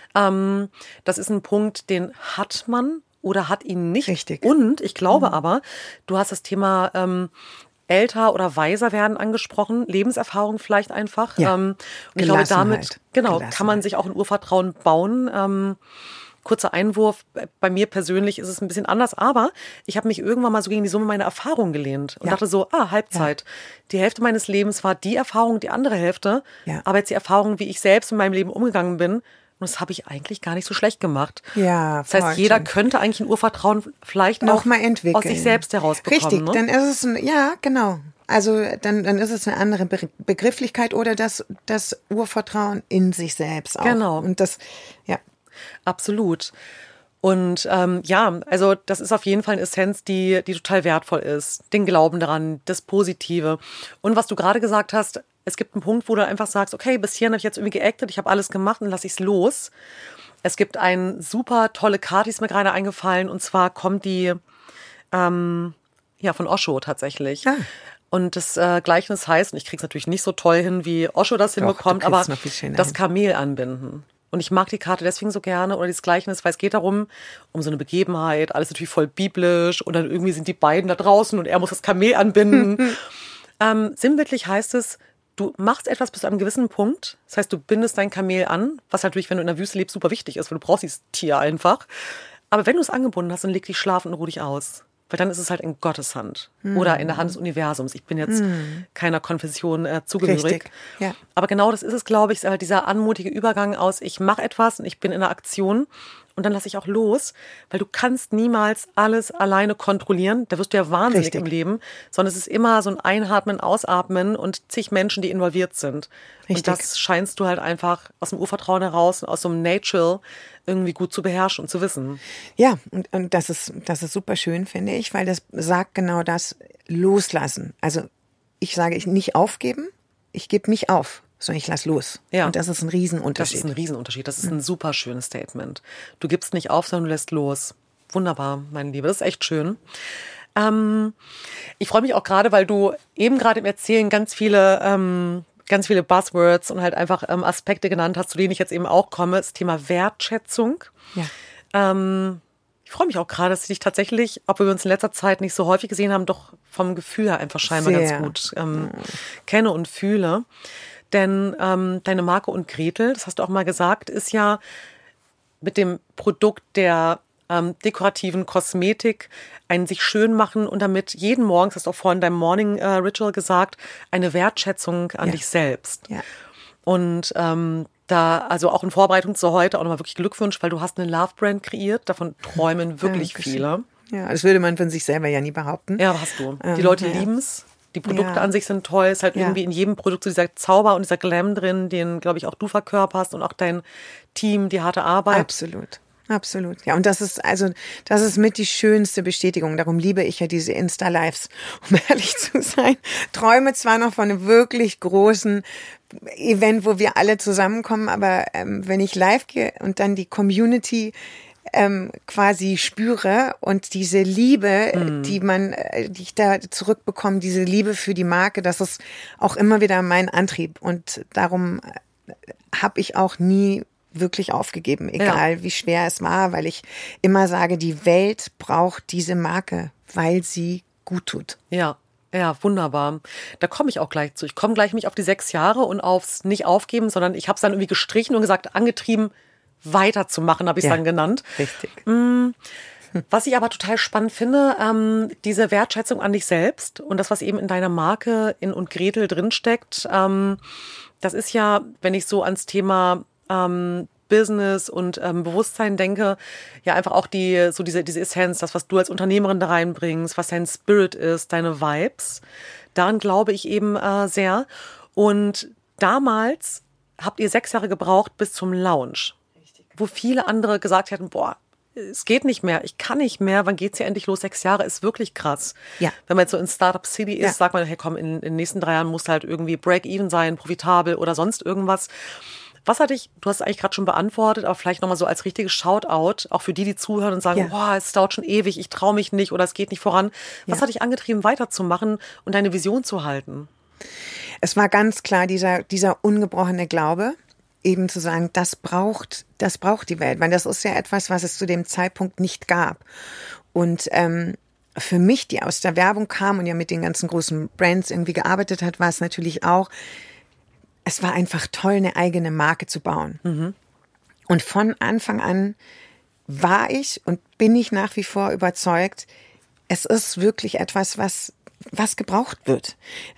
Das ist ein Punkt, den hat man oder hat ihn nicht. Richtig. Und ich glaube aber, du hast das Thema älter oder weiser werden angesprochen, Lebenserfahrung vielleicht einfach. Ja. Und ich glaube, damit kann man sich auch ein Urvertrauen bauen. Kurzer Einwurf, bei mir persönlich ist es ein bisschen anders, aber ich habe mich irgendwann mal so gegen die Summe meiner Erfahrungen gelehnt und dachte so, Halbzeit. Ja. Die Hälfte meines Lebens war die Erfahrung, die andere Hälfte, aber jetzt die Erfahrung, wie ich selbst in meinem Leben umgegangen bin. Und das habe ich eigentlich gar nicht so schlecht gemacht. Ja, das heißt, jeder könnte eigentlich ein Urvertrauen vielleicht noch mal entwickeln. Aus sich selbst heraus bekommen. Richtig, ne? Dann ist es genau. Also dann ist es eine andere Begrifflichkeit oder das Urvertrauen in sich selbst auch. Genau. Und das, absolut. Und also das ist auf jeden Fall eine Essenz, die total wertvoll ist. Den Glauben daran, das Positive. Und was du gerade gesagt hast, es gibt einen Punkt, wo du einfach sagst, okay, bis hierhin habe ich jetzt irgendwie geactet, ich habe alles gemacht und lasse ich es los. Es gibt eine super tolle Karte, die ist mir gerade eingefallen, und zwar kommt die von Osho tatsächlich. Ah. Und das Gleichnis heißt, und ich kriege es natürlich nicht so toll hin, wie Osho das hinbekommt, aber das Kamel anbinden. Und ich mag die Karte deswegen so gerne, oder dieses Gleichnis, weil es geht darum, um so eine Begebenheit, alles natürlich voll biblisch, und dann irgendwie sind die beiden da draußen und er muss das Kamel anbinden. Sinnbildlich heißt es, du machst etwas bis zu einem gewissen Punkt. Das heißt, du bindest dein Kamel an, was natürlich, wenn du in der Wüste lebst, super wichtig ist, weil du brauchst dieses Tier einfach. Aber wenn du es angebunden hast, dann leg dich schlafen und ruh dich aus. Weil dann ist es halt in Gottes Hand oder in der Hand des Universums. Ich bin jetzt keiner Konfession zugehörig. Richtig, ja. Aber genau das ist es, glaube ich, ist halt dieser anmutige Übergang aus, ich mache etwas und ich bin in der Aktion und dann lasse ich auch los, weil du kannst niemals alles alleine kontrollieren. Da wirst du ja wahnsinnig Richtig. im Leben, sondern es ist immer so ein Einatmen, Ausatmen und zig Menschen, die involviert sind. Richtig. Und das scheinst du halt einfach aus dem Urvertrauen heraus und aus so einem Natural irgendwie gut zu beherrschen und zu wissen. Ja, und das ist super schön, finde ich, weil das sagt genau das, loslassen. Also ich sage nicht aufgeben, ich gebe mich auf, sondern ich lasse los. Ja. Und das ist ein Riesenunterschied. Das ist ein Riesenunterschied. Das ist ein super schönes Statement. Du gibst nicht auf, sondern du lässt los. Wunderbar, meine Liebe. Das ist echt schön. Ich freue mich auch gerade, weil du eben gerade im Erzählen ganz viele Buzzwords und halt einfach Aspekte genannt hast, zu denen ich jetzt eben auch komme. Das Thema Wertschätzung. Ja. Ich freue mich auch gerade, dass ich dich tatsächlich, obwohl wir uns in letzter Zeit nicht so häufig gesehen haben, doch vom Gefühl her einfach scheinbar Sehr. ganz gut kenne und fühle. Denn deine Marke und Gretel, das hast du auch mal gesagt, ist ja mit dem Produkt der dekorativen Kosmetik ein sich schön machen und damit jeden Morgen, das hast du auch vorhin in deinem Morning Ritual gesagt, eine Wertschätzung an dich selbst. Ja. Und da, also auch in Vorbereitung zu heute auch nochmal wirklich Glückwunsch, weil du hast eine Love-Brand kreiert, davon träumen wirklich Dankeschön. viele. Ja, das würde man von sich selber ja nie behaupten. Ja, aber hast du. Die Leute ja. lieben es. Die Produkte Ja. an sich sind toll. Es ist halt Ja. irgendwie in jedem Produkt so dieser Zauber und dieser Glam drin, den, glaube ich, auch du verkörperst und auch dein Team, die harte Arbeit. Absolut. Absolut. Ja, und das ist mit die schönste Bestätigung. Darum liebe ich ja diese Insta-Lives, um ehrlich zu sein. Träume zwar noch von einem wirklich großen Event, wo wir alle zusammenkommen, aber wenn ich live gehe und dann die Community quasi spüre und diese Liebe, die ich da zurückbekomme, diese Liebe für die Marke, das ist auch immer wieder mein Antrieb. Und darum habe ich auch nie wirklich aufgegeben, egal wie schwer es war, weil ich immer sage, die Welt braucht diese Marke, weil sie gut tut. Ja, wunderbar. Da komme ich auch gleich zu. Ich komme gleich mich auf die 6 Jahre und aufs nicht aufgeben, sondern ich habe es dann irgendwie gestrichen und gesagt, angetrieben, weiterzumachen, habe ich es dann genannt. Richtig. Was ich aber total spannend finde, diese Wertschätzung an dich selbst und das, was eben in deiner Marke in und Gretel drinsteckt, das ist ja, wenn ich so ans Thema Business und Bewusstsein denke, ja einfach auch diese Essenz, das, was du als Unternehmerin da reinbringst, was dein Spirit ist, deine Vibes. Daran glaube ich eben sehr. Und damals habt ihr 6 Jahre gebraucht bis zum Launch, wo viele andere gesagt hätten, boah, es geht nicht mehr, ich kann nicht mehr, wann geht's hier endlich los? 6 Jahre ist wirklich krass. Ja. Wenn man jetzt so in Startup City ist, sagt man, hey komm, in den nächsten 3 Jahren muss halt irgendwie Break-Even sein, profitabel oder sonst irgendwas. Was hat dich, du hast eigentlich gerade schon beantwortet, aber vielleicht nochmal so als richtiges Shoutout, auch für die zuhören und sagen, boah, es dauert schon ewig, ich traue mich nicht oder es geht nicht voran. Was hat dich angetrieben, weiterzumachen und deine Vision zu halten? Es war ganz klar dieser ungebrochene Glaube, eben zu sagen, das braucht die Welt, weil das ist ja etwas, was es zu dem Zeitpunkt nicht gab. Und für mich, die aus der Werbung kam und ja mit den ganzen großen Brands irgendwie gearbeitet hat, war es natürlich auch, es war einfach toll, eine eigene Marke zu bauen. Mhm. Und von Anfang an war ich und bin ich nach wie vor überzeugt, es ist wirklich etwas, was gebraucht wird.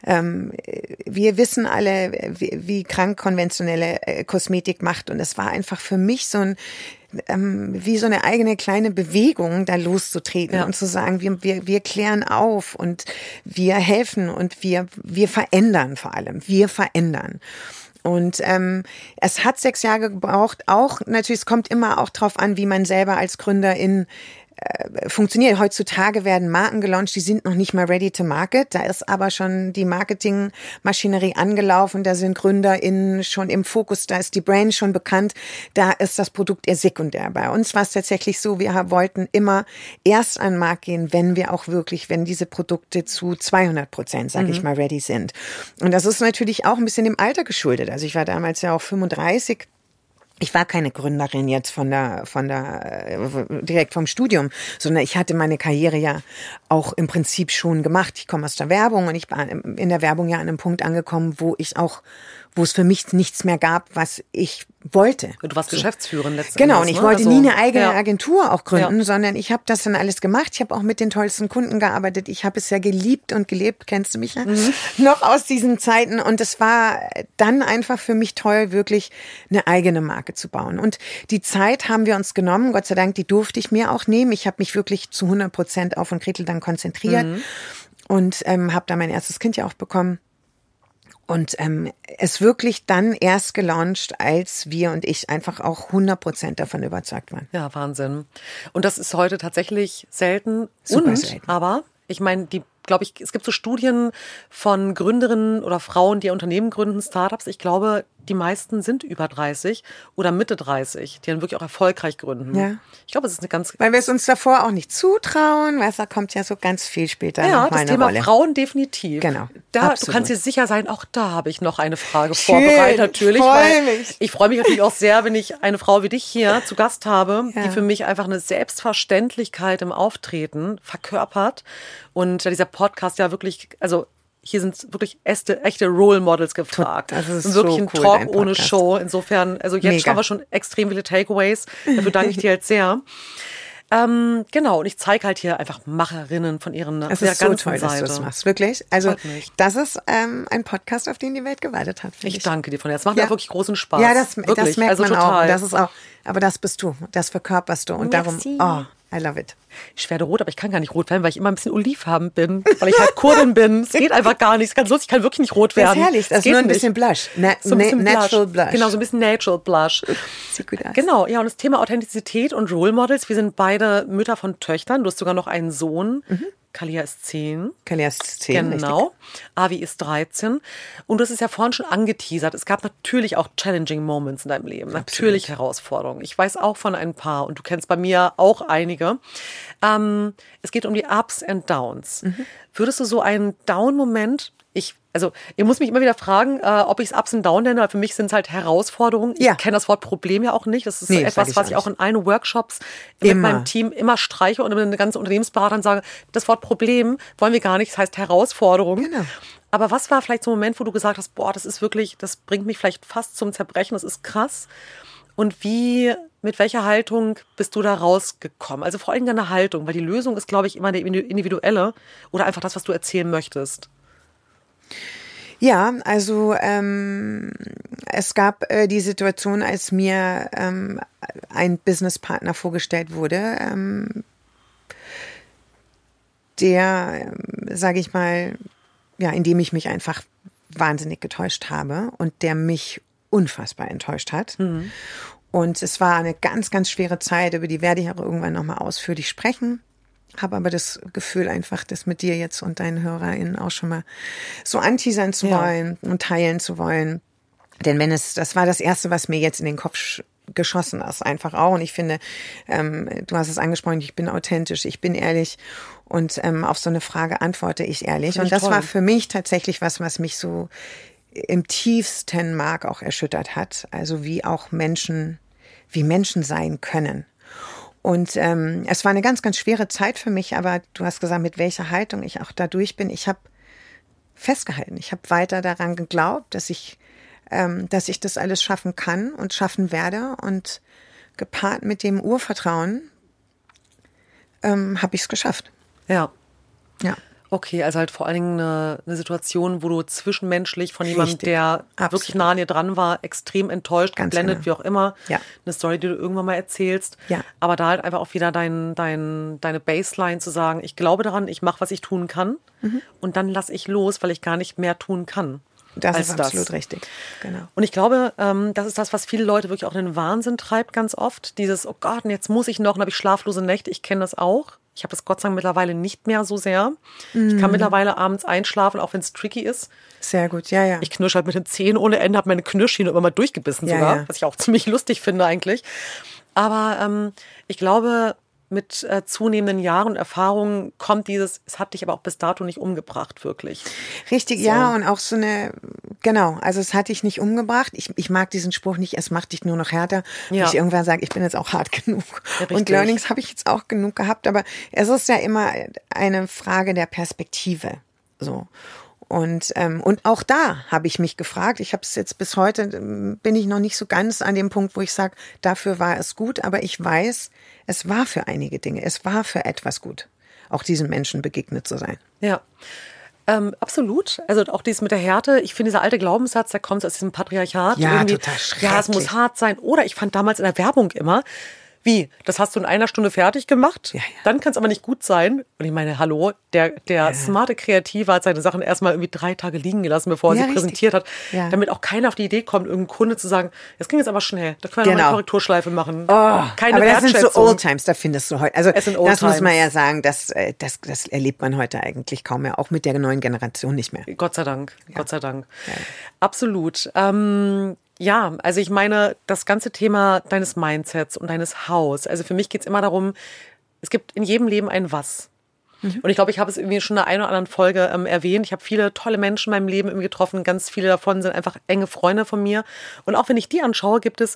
Wir wissen alle, wie krank konventionelle Kosmetik macht. Und es war einfach für mich so wie so eine eigene kleine Bewegung, da loszutreten und zu sagen, wir klären auf und wir helfen und wir verändern vor allem. Wir verändern. Und es hat 6 Jahre gebraucht. Auch natürlich, es kommt immer auch drauf an, wie man selber als Gründerin funktioniert. Heutzutage werden Marken gelauncht, die sind noch nicht mal ready to market. Da ist aber schon die Marketingmaschinerie angelaufen. Da sind GründerInnen schon im Fokus. Da ist die Brand schon bekannt. Da ist das Produkt eher sekundär. Bei uns war es tatsächlich so, wir wollten immer erst an den Markt gehen, wenn diese Produkte zu 200%, sage ich mal, ready sind. Und das ist natürlich auch ein bisschen dem Alter geschuldet. Also ich war damals ja auch 35. ich war keine Gründerin jetzt direkt vom Studium, sondern ich hatte meine Karriere ja auch im Prinzip schon gemacht. Ich komme aus der Werbung und ich war in der Werbung ja an einem Punkt angekommen, wo es für mich nichts mehr gab, was ich wollte. Du warst Geschäftsführerin letztendlich. Genau, und ich wollte nie eine eigene Agentur auch gründen, sondern ich habe das dann alles gemacht. Ich habe auch mit den tollsten Kunden gearbeitet. Ich habe es ja geliebt und gelebt, kennst du mich ja, noch aus diesen Zeiten. Und es war dann einfach für mich toll, wirklich eine eigene Marke zu bauen. Und die Zeit haben wir uns genommen, Gott sei Dank, die durfte ich mir auch nehmen. Ich habe mich wirklich zu 100% auf und Gretel dann konzentriert und habe da mein erstes Kind ja auch bekommen. Und es wirklich dann erst gelauncht, als wir und ich einfach auch 100% davon überzeugt waren. Ja, Wahnsinn. Und das ist heute tatsächlich selten. Super selten. Aber ich meine, glaube ich, es gibt so Studien von Gründerinnen oder Frauen, die Unternehmen gründen, Startups. Ich glaube, die meisten sind über 30 oder Mitte 30, die dann wirklich auch erfolgreich gründen. Ja. Ich glaube, es ist eine ganz... Weil wir es uns davor auch nicht zutrauen, weil da kommt ja so ganz viel später ja, noch mal das eine Thema Rolle. Frauen definitiv. Genau, Du absolut. kannst dir sicher sein, auch da habe ich noch eine Frage vorbereitet natürlich. Ich freue mich natürlich auch sehr, wenn ich eine Frau wie dich hier zu Gast habe, die für mich einfach eine Selbstverständlichkeit im Auftreten verkörpert. Und dieser Podcast ja wirklich, also hier sind wirklich echte Role Models gefragt. Das ist und wirklich so ein cool, Talk dein ohne Podcast. Show. Insofern, also jetzt Mega. haben wir schon extrem viele Takeaways. Dafür danke ich dir jetzt sehr. Genau, und ich zeige halt hier einfach Macherinnen von ihrer Es ist so ganzen toll, dass Seite. du das machst, wirklich. Also Freut mich. das ist ein Podcast, auf den die Welt gewartet hat. Ich danke dir von Herzen. Das macht mir auch wirklich großen Spaß. Ja, das wirklich. merkt also man total. auch. Das ist auch. Aber das bist du. Das verkörperst du. Und Merci. darum, I love it. Ich werde rot, aber ich kann gar nicht rot werden, weil ich immer ein bisschen olivfarben bin. Weil ich halt Kurdin bin. Es geht einfach gar nicht. Es ist ganz lustig. Ich kann wirklich nicht rot Das werden. ist herrlich. Das ist geht nur ein nicht. bisschen Blush. So ein bisschen Natural Blush. Genau, so ein bisschen Natural Blush. Sieht gut aus. Genau, ja, und das Thema Authentizität und Role Models. Wir sind beide Mütter von Töchtern. Du hast sogar noch einen Sohn. Kalia ist 10. Kalia ist 10, Genau. Avi ist 13. Und du hast es ja vorhin schon angeteasert. Es gab natürlich auch challenging Moments in deinem Leben. Natürlich Herausforderungen. Ich weiß auch von ein paar und du kennst bei mir auch einige. Es geht um die Ups and Downs. Würdest du so einen Down-Moment, ihr muss mich immer wieder fragen, ob ich es Ups and Down nenne, weil für mich sind es halt Herausforderungen. Ja. Ich kenne das Wort Problem ja auch nicht. Das ist Nee, etwas, sag was ich ich auch auch in allen Workshops mit Immer. meinem Team immer streiche und mit den ganzen Unternehmensberatern sage, das Wort Problem wollen wir gar nicht, das heißt Herausforderung. Genau. Aber was war vielleicht so ein Moment, wo du gesagt hast, boah, das ist wirklich, das bringt mich vielleicht fast zum Zerbrechen, das ist krass. Und mit welcher Haltung bist du da rausgekommen? Also vor allem deine Haltung, weil die Lösung ist, glaube ich, immer eine individuelle oder einfach das, was du erzählen möchtest. Ja, also es gab die Situation, als mir ein Businesspartner vorgestellt wurde, der, sage ich mal, ja, in dem ich mich einfach wahnsinnig getäuscht habe und der mich unfassbar enttäuscht hat. Und es war eine ganz, ganz schwere Zeit, über die werde ich auch irgendwann nochmal ausführlich sprechen. Habe aber das Gefühl einfach, das mit dir jetzt und deinen HörerInnen auch schon mal so anteasern zu wollen und teilen zu wollen. Denn das war das Erste, was mir jetzt in den Kopf geschossen ist, einfach auch. Und ich finde, du hast es angesprochen, ich bin authentisch, ich bin ehrlich und auf so eine Frage antworte ich ehrlich. Und das war für mich tatsächlich was mich so im tiefsten Mark auch erschüttert hat. Also wie Menschen sein können. Und es war eine ganz, ganz schwere Zeit für mich, aber du hast gesagt, mit welcher Haltung ich auch da durch bin. Ich habe festgehalten. Ich habe weiter daran geglaubt, dass ich das alles schaffen kann und schaffen werde. Und gepaart mit dem Urvertrauen habe ich es geschafft. Ja. Ja. Okay, also halt vor allen Dingen eine Situation, wo du zwischenmenschlich von jemandem, Richtig. der Absolut. wirklich nah an dir dran war, extrem enttäuscht, Ganz geblendet, genau. wie auch immer. Ja. Eine Story, die du irgendwann mal erzählst. Ja. Aber da halt einfach auch wieder deine Baseline zu sagen, ich glaube daran, ich mache, was ich tun kann. Und dann lasse ich los, weil ich gar nicht mehr tun kann. Das als ist absolut richtig. Genau. Und ich glaube, das ist das, was viele Leute wirklich auch in den Wahnsinn treibt, ganz oft. Dieses, oh Gott, und jetzt muss ich noch, und habe ich schlaflose Nächte. Ich kenne das auch. Ich habe das Gott sei Dank mittlerweile nicht mehr so sehr. Ich kann mittlerweile abends einschlafen, auch wenn es tricky ist. Sehr gut, ja, ja. Ich knirsch halt mit den Zähnen ohne Ende, habe meine Knirschschiene immer mal durchgebissen Ja, sogar, ja. was ich auch ziemlich lustig finde eigentlich. Aber ich glaube, mit zunehmenden Jahren und Erfahrungen kommt es hat dich aber auch bis dato nicht umgebracht, wirklich. Richtig, ja, und auch so eine Genau, also es hat dich nicht umgebracht. Ich mag diesen Spruch nicht, es macht dich nur noch härter. Ja. Ich irgendwann sage, ich bin jetzt auch hart genug. Ja, und Learnings habe ich jetzt auch genug gehabt, aber es ist ja immer eine Frage der Perspektive. So. Und auch da habe ich mich gefragt, ich habe es jetzt bis heute, bin ich noch nicht so ganz an dem Punkt, wo ich sage, dafür war es gut, aber ich weiß, es war für einige Dinge, es war für etwas gut, auch diesen Menschen begegnet zu sein. Ja, absolut. Also auch dies mit der Härte, ich finde dieser alte Glaubenssatz, der kommt aus diesem Patriarchat. Ja, irgendwie, total schrecklich. Ja, es muss hart sein. Oder ich fand damals in der Werbung immer, wie, das hast du in einer Stunde fertig gemacht, ja. Dann kann es aber nicht gut sein. Und ich meine, hallo, der smarte Kreative hat seine Sachen erstmal irgendwie 3 Tage liegen gelassen, bevor er sie präsentiert hat, damit auch keiner auf die Idee kommt, irgendein Kunde zu sagen, das ging jetzt aber schnell, da können wir noch eine Korrekturschleife machen. Keine aber das sind so Oldtimes, da findest du heute, also das muss man ja sagen, das erlebt man heute eigentlich kaum mehr, auch mit der neuen Generation nicht mehr. Gott sei Dank, Gott sei Dank. Ja. Absolut. Ja, also ich meine, das ganze Thema deines Mindsets und deines Hows, also für mich geht's immer darum, es gibt in jedem Leben ein Was. Und ich glaube, ich habe es irgendwie schon in einer oder anderen Folge erwähnt. Ich habe viele tolle Menschen in meinem Leben irgendwie getroffen. Ganz viele davon sind einfach enge Freunde von mir. Und auch wenn ich die anschaue, gibt es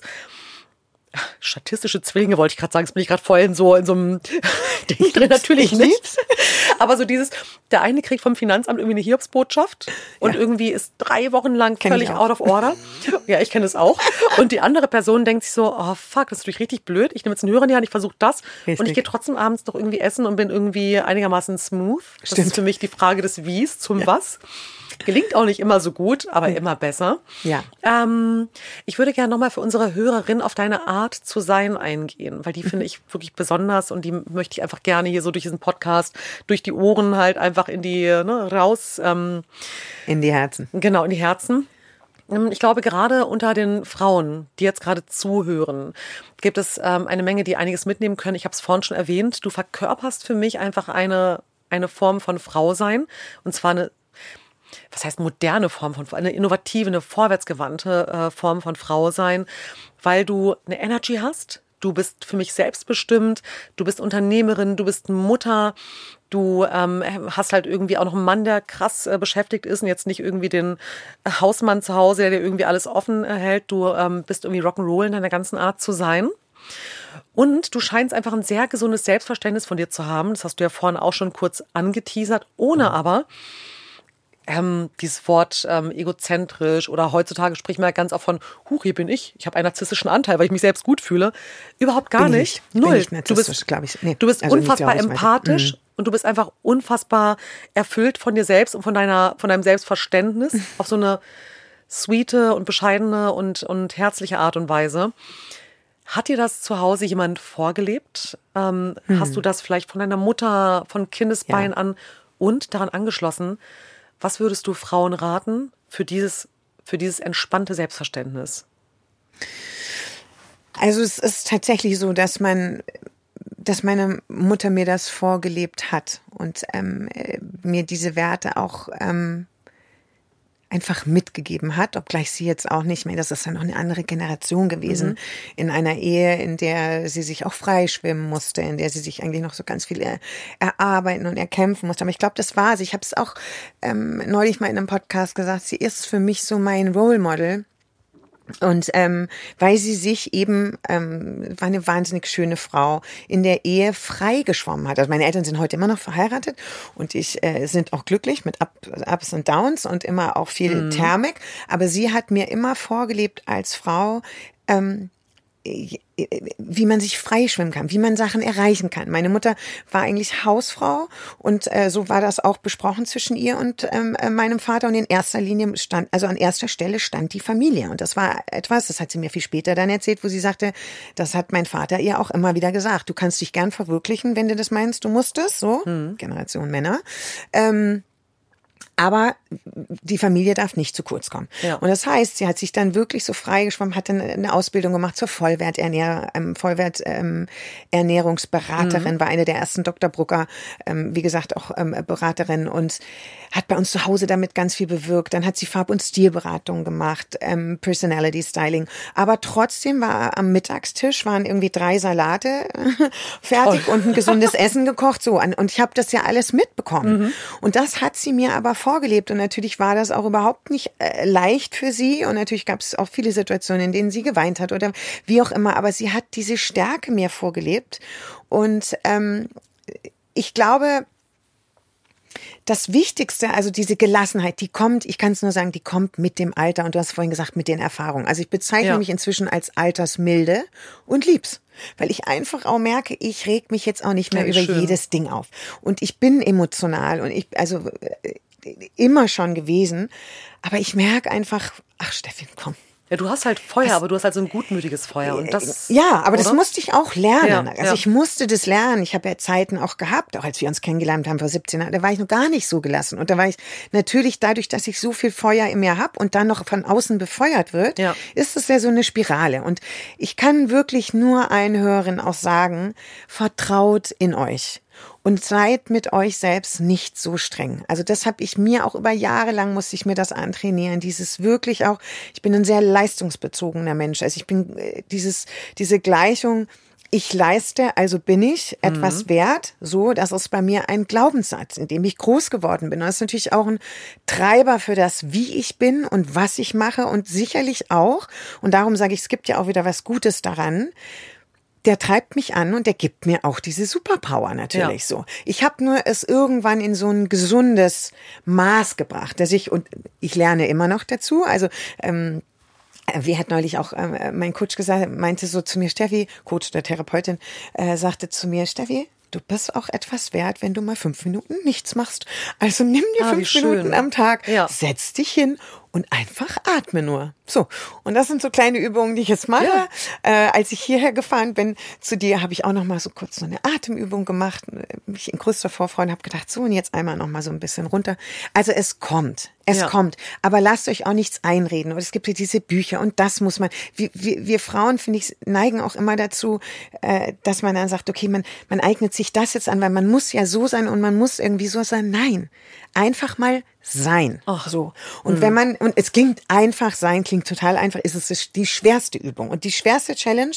statistische Zwillinge, wollte ich gerade sagen. Jetzt bin ich gerade voll in so einem Ding drin. Natürlich nicht. Aber so dieses, der eine kriegt vom Finanzamt irgendwie eine Hiobsbotschaft und irgendwie ist 3 Wochen lang völlig out of order. Ja, ich kenne das auch. Und die andere Person denkt sich so, oh fuck, das ist natürlich richtig blöd. Ich nehme jetzt einen Hörer in die Hand, ich versuche das. Richtig. Und ich gehe trotzdem abends noch irgendwie essen und bin irgendwie einigermaßen smooth. Das ist für mich die Frage des Wies zum Was. Gelingt auch nicht immer so gut, aber immer besser. Ja. Ich würde gerne nochmal für unsere Hörerin auf deine Art zu sein eingehen, weil die finde ich wirklich besonders und die möchte ich einfach gerne hier so durch diesen Podcast, durch die Ohren halt einfach in die, raus. In die Herzen. Genau, in die Herzen. Ich glaube, gerade unter den Frauen, die jetzt gerade zuhören, gibt es eine Menge, die einiges mitnehmen können. Ich habe es vorhin schon erwähnt. Du verkörperst für mich einfach eine Form von Frau sein. Und zwar eine, was heißt moderne Form von, eine innovative, eine vorwärtsgewandte Form von Frau sein, weil du eine Energy hast. Du bist für mich selbstbestimmt, du bist Unternehmerin, du bist Mutter, du hast halt irgendwie auch noch einen Mann, der krass beschäftigt ist und jetzt nicht irgendwie den Hausmann zu Hause, der dir irgendwie alles offen hält. Du bist irgendwie Rock'n'Roll in deiner ganzen Art zu sein. Und du scheinst einfach ein sehr gesundes Selbstverständnis von dir zu haben. Das hast du ja vorhin auch schon kurz angeteasert, ohne aber dieses Wort egozentrisch oder heutzutage spricht man ja ganz oft von, hier bin ich habe einen narzisstischen Anteil, weil ich mich selbst gut fühle. Überhaupt gar nicht. Null. Bin ich narzisstisch, glaube ich. Nee. Du bist also unfassbar empathisch und du bist einfach unfassbar erfüllt von dir selbst und von deinem Selbstverständnis auf so eine sweete und bescheidene und herzliche Art und Weise. Hat dir das zu Hause jemand vorgelebt? Hast du das vielleicht von deiner Mutter, von Kindesbein an und daran angeschlossen? Was würdest du Frauen raten für dieses entspannte Selbstverständnis? Also es ist tatsächlich so, dass meine Mutter mir das vorgelebt hat und mir diese Werte auch einfach mitgegeben hat, obgleich sie jetzt auch nicht mehr, das ist ja noch eine andere Generation gewesen, in einer Ehe, in der sie sich auch freischwimmen musste, in der sie sich eigentlich noch so ganz viel erarbeiten und erkämpfen musste. Aber ich glaube, das war sie. Ich habe es auch neulich mal in einem Podcast gesagt, sie ist für mich so mein Role Model. Und weil sie sich eben, war eine wahnsinnig schöne Frau, in der Ehe frei geschwommen hat. Also meine Eltern sind heute immer noch verheiratet und ich sind auch glücklich mit Ups und Downs und immer auch viel Thermik. Aber sie hat mir immer vorgelebt als Frau, wie man sich freischwimmen kann, wie man Sachen erreichen kann. Meine Mutter war eigentlich Hausfrau und so war das auch besprochen zwischen ihr und meinem Vater und in erster Linie an erster Stelle stand die Familie und das war etwas, das hat sie mir viel später dann erzählt, wo sie sagte, das hat mein Vater ihr auch immer wieder gesagt, du kannst dich gern verwirklichen, wenn du das meinst, du musst es, so, Generation Männer, aber die Familie darf nicht zu kurz kommen. Ja. Und das heißt, sie hat sich dann wirklich so freigeschwommen, hat dann eine Ausbildung gemacht zur Vollwerternährungsberaterin, war eine der ersten Dr. Brucker, wie gesagt auch Beraterin und hat bei uns zu Hause damit ganz viel bewirkt. Dann hat sie Farb- und Stilberatung gemacht, Personality Styling. Aber trotzdem war am Mittagstisch, waren irgendwie 3 Salate fertig und ein gesundes Essen gekocht. So. Und ich habe das ja alles mitbekommen. Und das hat sie mir aber vorgelebt und natürlich war das auch überhaupt nicht leicht für sie und natürlich gab es auch viele Situationen, in denen sie geweint hat oder wie auch immer, aber sie hat diese Stärke mir vorgelebt und ich glaube, das Wichtigste, also diese Gelassenheit, die kommt, ich kann es nur sagen, die kommt mit dem Alter und du hast vorhin gesagt, mit den Erfahrungen. Also ich bezeichne mich inzwischen als altersmilde und lieb's. Weil ich einfach auch merke, ich reg mich jetzt auch nicht mehr über jedes Ding auf. Und ich bin emotional und also immer schon gewesen. Aber ich merke einfach, ach Steffi, komm. Ja, du hast halt Feuer, aber du hast halt so ein gutmütiges Feuer. Und das, ja, aber oder? Das musste ich auch lernen. Ja, also ich musste das lernen. Ich habe ja Zeiten auch gehabt, auch als wir uns kennengelernt haben vor 17 Jahren, da war ich noch gar nicht so gelassen. Und da war ich natürlich dadurch, dass ich so viel Feuer in mir habe und dann noch von außen befeuert wird, ist es ja so eine Spirale. Und ich kann wirklich nur allen Hörern auch sagen, vertraut in euch. Und seid mit euch selbst nicht so streng. Also das habe ich mir auch über Jahre lang musste ich mir das antrainieren. Dieses wirklich auch, ich bin ein sehr leistungsbezogener Mensch. Also ich bin diese Gleichung, ich leiste, also bin ich etwas wert. So, das ist bei mir ein Glaubenssatz, in dem ich groß geworden bin. Und das ist natürlich auch ein Treiber für das, wie ich bin und was ich mache und sicherlich auch, und darum sage ich, es gibt ja auch wieder was Gutes daran, der treibt mich an und der gibt mir auch diese Superpower natürlich so. Ich habe nur es irgendwann in so ein gesundes Maß gebracht, dass und ich lerne immer noch dazu, also wie hat neulich auch mein Coach gesagt, meinte so zu mir, Steffi, Coach der Therapeutin, sagte zu mir, Steffi, du bist auch etwas wert, wenn du mal 5 Minuten nichts machst. Also nimm dir 5 Minuten am Tag, setz dich hin und einfach atme nur. So, und das sind so kleine Übungen, die ich jetzt mache. Als ich hierher gefahren bin zu dir, habe ich auch noch mal so kurz so eine Atemübung gemacht, mich in größter Vorfreude, habe gedacht, so und jetzt einmal noch mal so ein bisschen runter. Also es kommt, kommt. Aber lasst euch auch nichts einreden. Und es gibt ja diese Bücher und das muss man. Wir Frauen, finde ich, neigen auch immer dazu, dass man dann sagt, okay, man eignet sich das jetzt an, weil man muss ja so sein und man muss irgendwie so sein. Nein, einfach mal sein. So. Und wenn man, und es klingt einfach sein, klingt total einfach, ist es die schwerste Übung und die schwerste Challenge.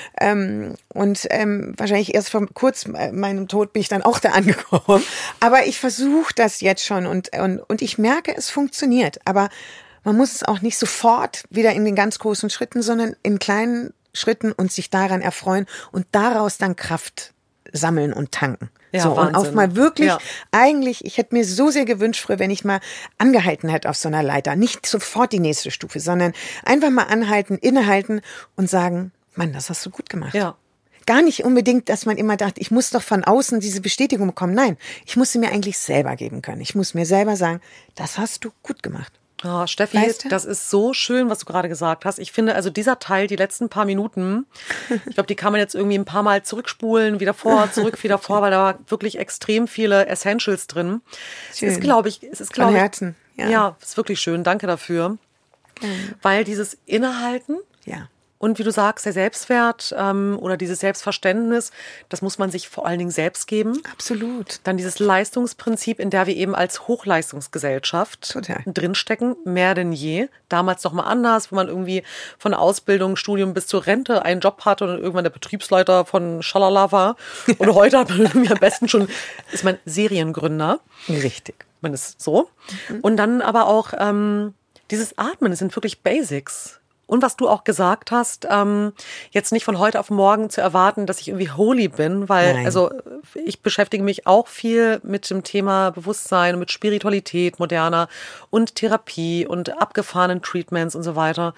Wahrscheinlich erst vor kurz meinem Tod bin ich dann auch da angekommen. Aber ich versuche das jetzt schon und ich merke, es funktioniert. Aber man muss es auch nicht sofort wieder in den ganz großen Schritten, sondern in kleinen Schritten und sich daran erfreuen und daraus dann Kraft sammeln und tanken. Ja, so, Wahnsinn. und auch mal wirklich, eigentlich, ich hätte mir so sehr gewünscht früher, wenn ich mal angehalten hätte auf so einer Leiter. Nicht sofort die nächste Stufe, sondern einfach mal anhalten, innehalten und sagen, Mann, das hast du gut gemacht. Ja. Gar nicht unbedingt, dass man immer dachte, ich muss doch von außen diese Bestätigung bekommen. Nein, ich muss sie mir eigentlich selber geben können. Ich muss mir selber sagen, das hast du gut gemacht. Oh, Steffi, Weißt du? Das ist so schön, was du gerade gesagt hast. Ich finde, also dieser Teil, die letzten paar Minuten, ich glaube, die kann man jetzt irgendwie ein paar Mal zurückspulen, wieder vor, zurück, wieder vor, weil da war wirklich extrem viele Essentials drin. Schön. Es ist, glaube ich, Von Herzen. Ja, ist wirklich schön. Danke dafür. Weil dieses Innehalten, und wie du sagst, der Selbstwert oder dieses Selbstverständnis, das muss man sich vor allen Dingen selbst geben. Absolut. Dann dieses Leistungsprinzip, in der wir eben als Hochleistungsgesellschaft drinstecken, mehr denn je. Damals noch mal anders, wo man irgendwie von Ausbildung, Studium bis zur Rente einen Job hatte und irgendwann der Betriebsleiter von Schalala war. Und heute hat man irgendwie am besten ist man Seriengründer. Richtig. Man ist so. Und dann aber auch dieses Atmen, das sind wirklich Basics. Und was du auch gesagt hast, jetzt nicht von heute auf morgen zu erwarten, dass ich irgendwie holy bin, weil also ich beschäftige mich auch viel mit dem Thema Bewusstsein und mit Spiritualität moderner und Therapie und abgefahrenen Treatments und so weiter.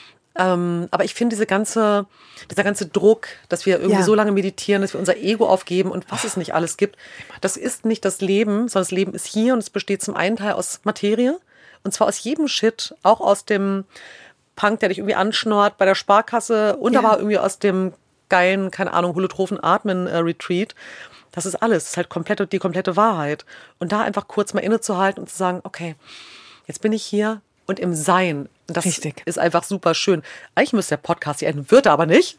Aber ich finde dieser ganze Druck, dass wir irgendwie so lange meditieren, dass wir unser Ego aufgeben und was es nicht alles gibt, das ist nicht das Leben, sondern das Leben ist hier und es besteht zum einen Teil aus Materie und zwar aus jedem Shit, auch aus dem Punk, der dich irgendwie anschnort bei der Sparkasse und aber irgendwie aus dem geilen, keine Ahnung, holotrophen Atmen-Retreat. Das ist alles. Das ist halt die komplette Wahrheit. Und da einfach kurz mal innezuhalten und zu sagen, okay, jetzt bin ich hier und im Sein. Das ist einfach super schön. Eigentlich müsste der Podcast hier enden, wird er aber nicht.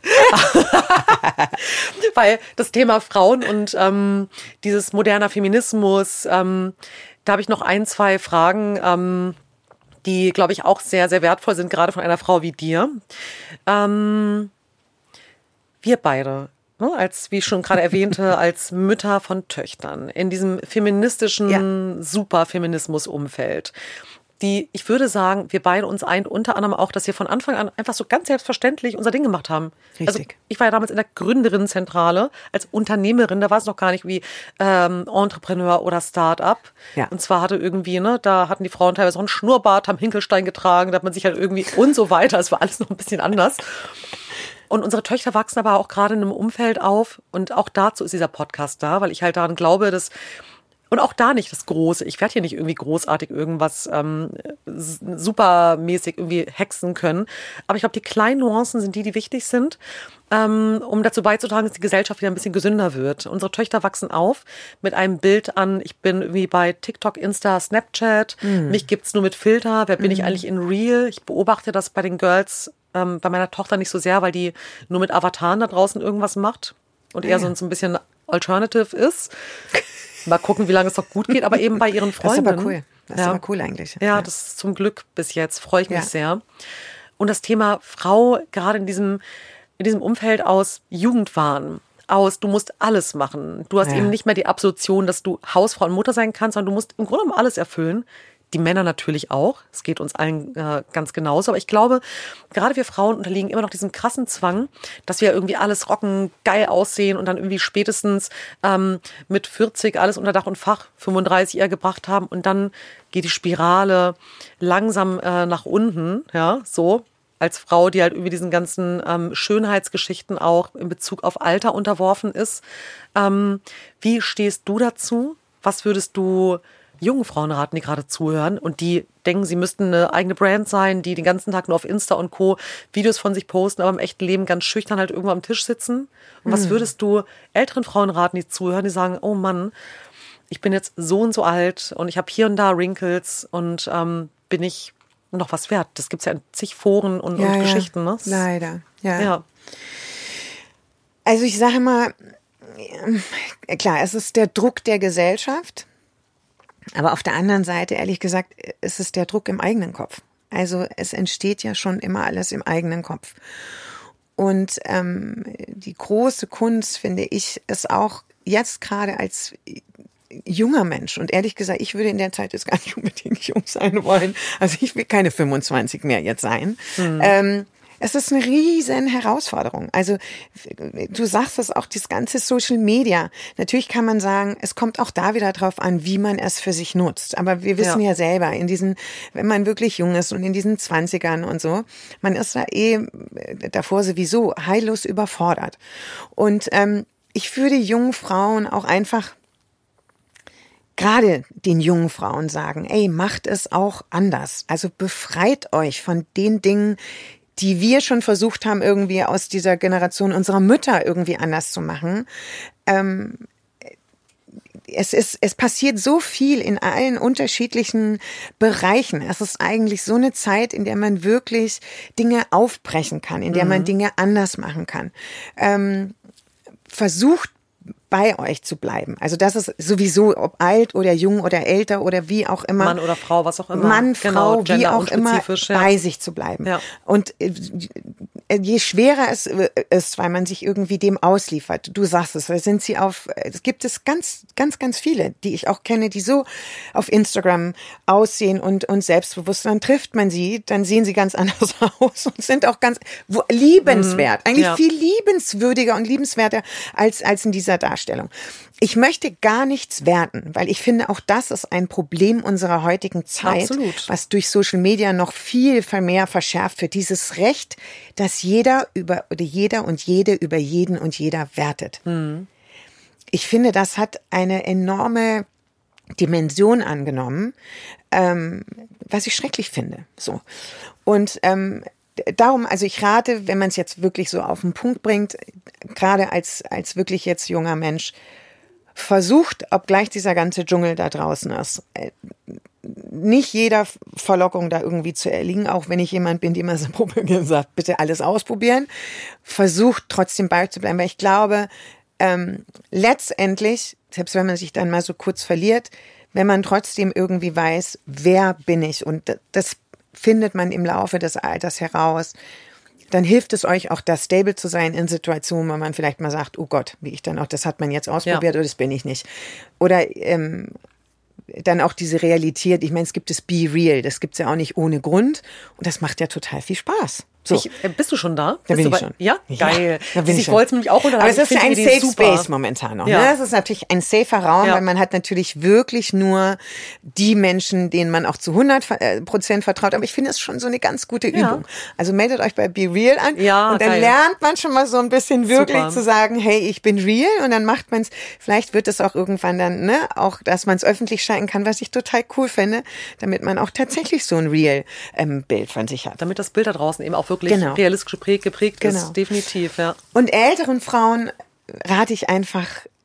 Weil das Thema Frauen und dieses moderner Feminismus, da habe ich noch 1, 2 Fragen, die, glaube ich, auch sehr, sehr wertvoll sind, gerade von einer Frau wie dir. Wir beide als, wie ich schon gerade erwähnte, als Mütter von Töchtern in diesem feministischen Superfeminismus-Umfeld. Ich würde sagen, wir beide uns eint unter anderem auch, dass wir von Anfang an einfach so ganz selbstverständlich unser Ding gemacht haben. Richtig. Also ich war ja damals in der Gründerinnenzentrale als Unternehmerin, da war es noch gar nicht wie Entrepreneur oder Start-up. Ja. Und zwar da hatten die Frauen teilweise auch einen Schnurrbart, haben Hinkelstein getragen, da hat man sich halt irgendwie und so weiter. Es war alles noch ein bisschen anders. Und unsere Töchter wachsen aber auch gerade in einem Umfeld auf und auch dazu ist dieser Podcast da, weil ich halt daran glaube, dass und auch da nicht das Große. Ich werde hier nicht irgendwie großartig irgendwas supermäßig irgendwie hexen können. Aber ich glaube, die kleinen Nuancen sind die wichtig sind, um dazu beizutragen, dass die Gesellschaft wieder ein bisschen gesünder wird. Unsere Töchter wachsen auf mit einem Bild an, ich bin irgendwie bei TikTok, Insta, Snapchat. Mich gibt's nur mit Filter. Wer bin ich eigentlich in Real? Ich beobachte das bei den Girls, bei meiner Tochter nicht so sehr, weil die nur mit Avataren da draußen irgendwas macht und eher so ein bisschen Alternative ist. Mal gucken, wie lange es noch gut geht, aber eben bei ihren Freunden. Das ist aber cool. Das ist aber cool eigentlich. Ja, das ist zum Glück bis jetzt. Freue ich mich sehr. Und das Thema Frau, gerade in diesem Umfeld aus Jugendwahn, du musst alles machen. Du hast eben nicht mehr die Absolution, dass du Hausfrau und Mutter sein kannst, sondern du musst im Grunde genommen alles erfüllen. Die Männer natürlich auch. Es geht uns allen ganz genauso. Aber ich glaube, gerade wir Frauen unterliegen immer noch diesem krassen Zwang, dass wir irgendwie alles rocken, geil aussehen und dann irgendwie spätestens mit 40 alles unter Dach und Fach, 35 eher gebracht haben. Und dann geht die Spirale langsam nach unten, ja, so. Als Frau, die halt irgendwie diesen ganzen Schönheitsgeschichten auch in Bezug auf Alter unterworfen ist. Wie stehst du dazu? Was würdest du jungen Frauen raten, die gerade zuhören und die denken, sie müssten eine eigene Brand sein, die den ganzen Tag nur auf Insta und Co. Videos von sich posten, aber im echten Leben ganz schüchtern halt irgendwo am Tisch sitzen? Und was würdest du älteren Frauen raten, die zuhören, die sagen, oh Mann, ich bin jetzt so und so alt und ich habe hier und da Wrinkles und bin ich noch was wert? Das gibt's ja in zig Foren und Geschichten. Ne? Leider, ja. Also ich sage mal, klar, es ist der Druck der Gesellschaft. Aber auf der anderen Seite, ehrlich gesagt, ist es der Druck im eigenen Kopf. Also es entsteht ja schon immer alles im eigenen Kopf. Und die große Kunst, finde ich, ist auch jetzt gerade als junger Mensch. Und ehrlich gesagt, ich würde in der Zeit jetzt gar nicht unbedingt jung sein wollen. Also ich will keine 25 mehr jetzt sein. Es ist eine riesen Herausforderung. Also du sagst es auch, das ganze Social Media. Natürlich kann man sagen, es kommt auch da wieder drauf an, wie man es für sich nutzt. Aber wir wissen ja selber, wenn man wirklich jung ist und in diesen 20ern und so, man ist da davor sowieso heillos überfordert. Und ich würde jungen Frauen auch einfach gerade den jungen Frauen sagen, ey, macht es auch anders. Also befreit euch von den Dingen, die wir schon versucht haben, irgendwie aus dieser Generation unserer Mütter irgendwie anders zu machen. Es passiert so viel in allen unterschiedlichen Bereichen. Es ist eigentlich so eine Zeit, in der man wirklich Dinge aufbrechen kann, in der man Dinge anders machen kann. Versucht bei euch zu bleiben. Also das ist sowieso, ob alt oder jung oder älter oder wie auch immer. Mann oder Frau, was auch immer. Mann, Frau, wie auch immer, bei sich zu bleiben. Ja. Und je schwerer es ist, weil man sich irgendwie dem ausliefert, du sagst es, es gibt ganz, ganz, ganz viele, die ich auch kenne, die so auf Instagram aussehen und selbstbewusst. Dann trifft man sie, dann sehen sie ganz anders aus und sind auch ganz liebenswert. Eigentlich viel liebenswürdiger und liebenswerter als in dieser Darstellung. Ich möchte gar nichts werten, weil ich finde, auch das ist ein Problem unserer heutigen Zeit, was durch Social Media noch viel mehr verschärft wird. Dieses Recht, dass jeder und jede über jeden und jeder wertet. Ich finde, das hat eine enorme Dimension angenommen, was ich schrecklich finde. So. Und darum, also ich rate, wenn man es jetzt wirklich so auf den Punkt bringt, gerade als wirklich jetzt junger Mensch, versucht, obgleich dieser ganze Dschungel da draußen ist, nicht jeder Verlockung da irgendwie zu erliegen, auch wenn ich jemand bin, der immer so sagt, bitte alles ausprobieren, versucht trotzdem beizubleiben, weil ich glaube, letztendlich, selbst wenn man sich dann mal so kurz verliert, wenn man trotzdem irgendwie weiß, wer bin ich, und das findet man im Laufe des Alters heraus, dann hilft es euch auch, da stable zu sein in Situationen, wo man vielleicht mal sagt, oh Gott, wie ich dann auch, das hat man jetzt ausprobiert oder das bin ich nicht. Oder dann auch diese Realität, ich meine, es gibt das Be Real, das gibt's ja auch nicht ohne Grund und das macht ja total viel Spaß. So. Bist du schon da? Da bin ich schon. Ja? Geil. Da bin ich wollte es nämlich auch unterhalten. Aber es ist ja ein Safe Space momentan noch. Ja. Ne? Es ist natürlich ein safer Raum, weil man hat natürlich wirklich nur die Menschen, denen man auch zu 100% vertraut. Aber ich finde es schon so eine ganz gute Übung. Also meldet euch bei Be Real an und dann lernt man schon mal so ein bisschen wirklich zu sagen, hey, ich bin real und dann macht man es, vielleicht wird es auch irgendwann dann, ne, auch, dass man es öffentlich schalten kann, was ich total cool finde, damit man auch tatsächlich so ein Real Bild von sich hat. Damit das Bild da draußen eben auch wirklich realistisch geprägt ist, definitiv, ja. Und älteren Frauen rate ich einfach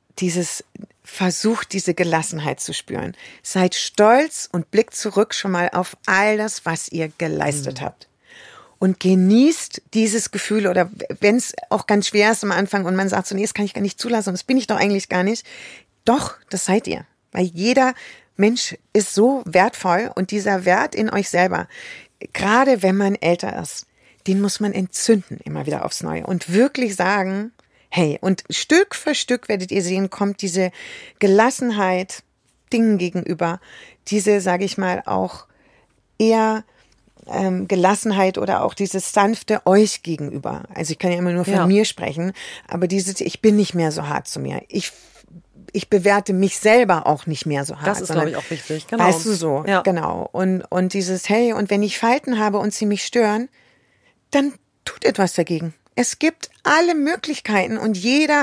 versucht diese Gelassenheit zu spüren. Seid stolz und blickt zurück schon mal auf all das, was ihr geleistet habt. Und genießt dieses Gefühl oder wenn es auch ganz schwer ist am Anfang und man sagt so, nee, das kann ich gar nicht zulassen und das bin ich doch eigentlich gar nicht. Doch, das seid ihr. Weil jeder Mensch ist so wertvoll und dieser Wert in euch selber, gerade wenn man älter ist, den muss man entzünden, immer wieder aufs Neue. Und wirklich sagen, hey, und Stück für Stück werdet ihr sehen, kommt diese Gelassenheit Dingen gegenüber, diese, sage ich mal, auch eher Gelassenheit oder auch dieses sanfte euch gegenüber. Also ich kann ja immer nur von mir sprechen, aber ich bin nicht mehr so hart zu mir. Ich bewerte mich selber auch nicht mehr so hart. Das ist, glaube ich, auch wichtig. Genau. Weißt du so, genau. Und dieses, hey, und wenn ich Falten habe und sie mich stören, dann tut etwas dagegen. Es gibt alle Möglichkeiten und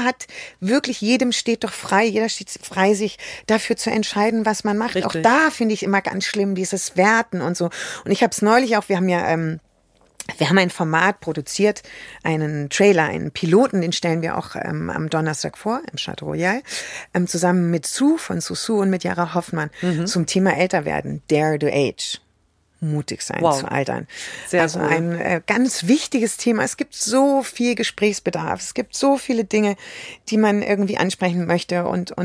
jedem steht doch frei, jeder steht frei, sich dafür zu entscheiden, was man macht. Richtig. Auch da finde ich immer ganz schlimm, dieses Werten und so. Und ich habe es neulich auch, wir haben ein Format produziert, einen Trailer, einen Piloten, den stellen wir auch am Donnerstag vor, im Chateau Royal, zusammen mit Sue von Susu und mit Jara Hoffmann zum Thema Älterwerden, Dare to Age. Mutig sein zu altern. Sehr also cool. Ein ganz wichtiges Thema. Es gibt so viel Gesprächsbedarf. Es gibt so viele Dinge, die man irgendwie ansprechen möchte und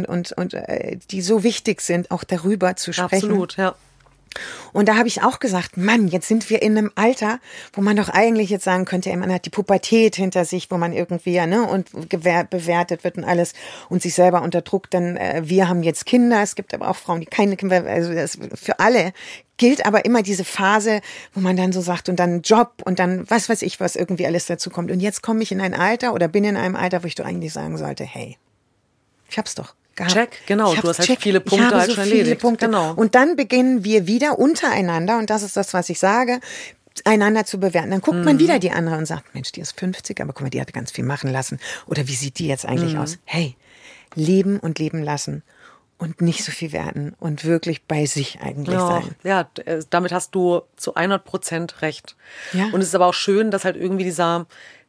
die so wichtig sind, auch darüber zu sprechen. Absolut, ja. Und da habe ich auch gesagt, Mann, jetzt sind wir in einem Alter, wo man doch eigentlich jetzt sagen könnte, man hat die Pubertät hinter sich, wo man irgendwie und bewertet wird und alles und sich selber unter Druck. Dann wir haben jetzt Kinder, es gibt aber auch Frauen, die keine Kinder, also das für alle gilt aber immer diese Phase, wo man dann so sagt und dann Job und dann was weiß ich, was irgendwie alles dazu kommt. Und jetzt komme ich in ein Alter oder bin in einem Alter, wo ich doch eigentlich sagen sollte, hey, ich hab's doch. Gehabt. Check, genau. Du hast halt viele Punkte halt schon erledigt. Genau. Und dann beginnen wir wieder untereinander, und das ist das, was ich sage, einander zu bewerten. Dann guckt man wieder die andere und sagt, Mensch, die ist 50, aber guck mal, die hat ganz viel machen lassen. Oder wie sieht die jetzt eigentlich aus? Hey, leben und leben lassen. Und nicht so viel werten und wirklich bei sich eigentlich sein. Ja, damit hast du zu 100% recht. Ja. Und es ist aber auch schön, dass halt irgendwie dieser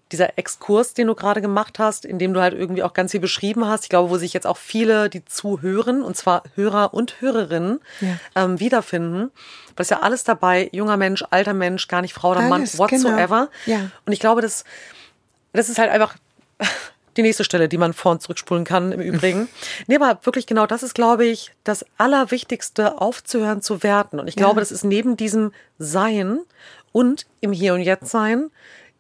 Exkurs, den du gerade gemacht hast, in dem du halt irgendwie auch ganz viel beschrieben hast, ich glaube, wo sich jetzt auch viele, die zuhören, und zwar Hörer und Hörerinnen, wiederfinden. Das ist ja alles dabei, junger Mensch, alter Mensch, gar nicht Frau oder Mann, whatsoever. Genau. Ja. Und ich glaube, das ist halt einfach die nächste Stelle, die man vor- und zurückspulen kann, im Übrigen. Nee, aber wirklich genau, das ist, glaube ich, das Allerwichtigste, aufzuhören zu werten. Und ich glaube, das ist neben diesem Sein und im Hier und Jetzt sein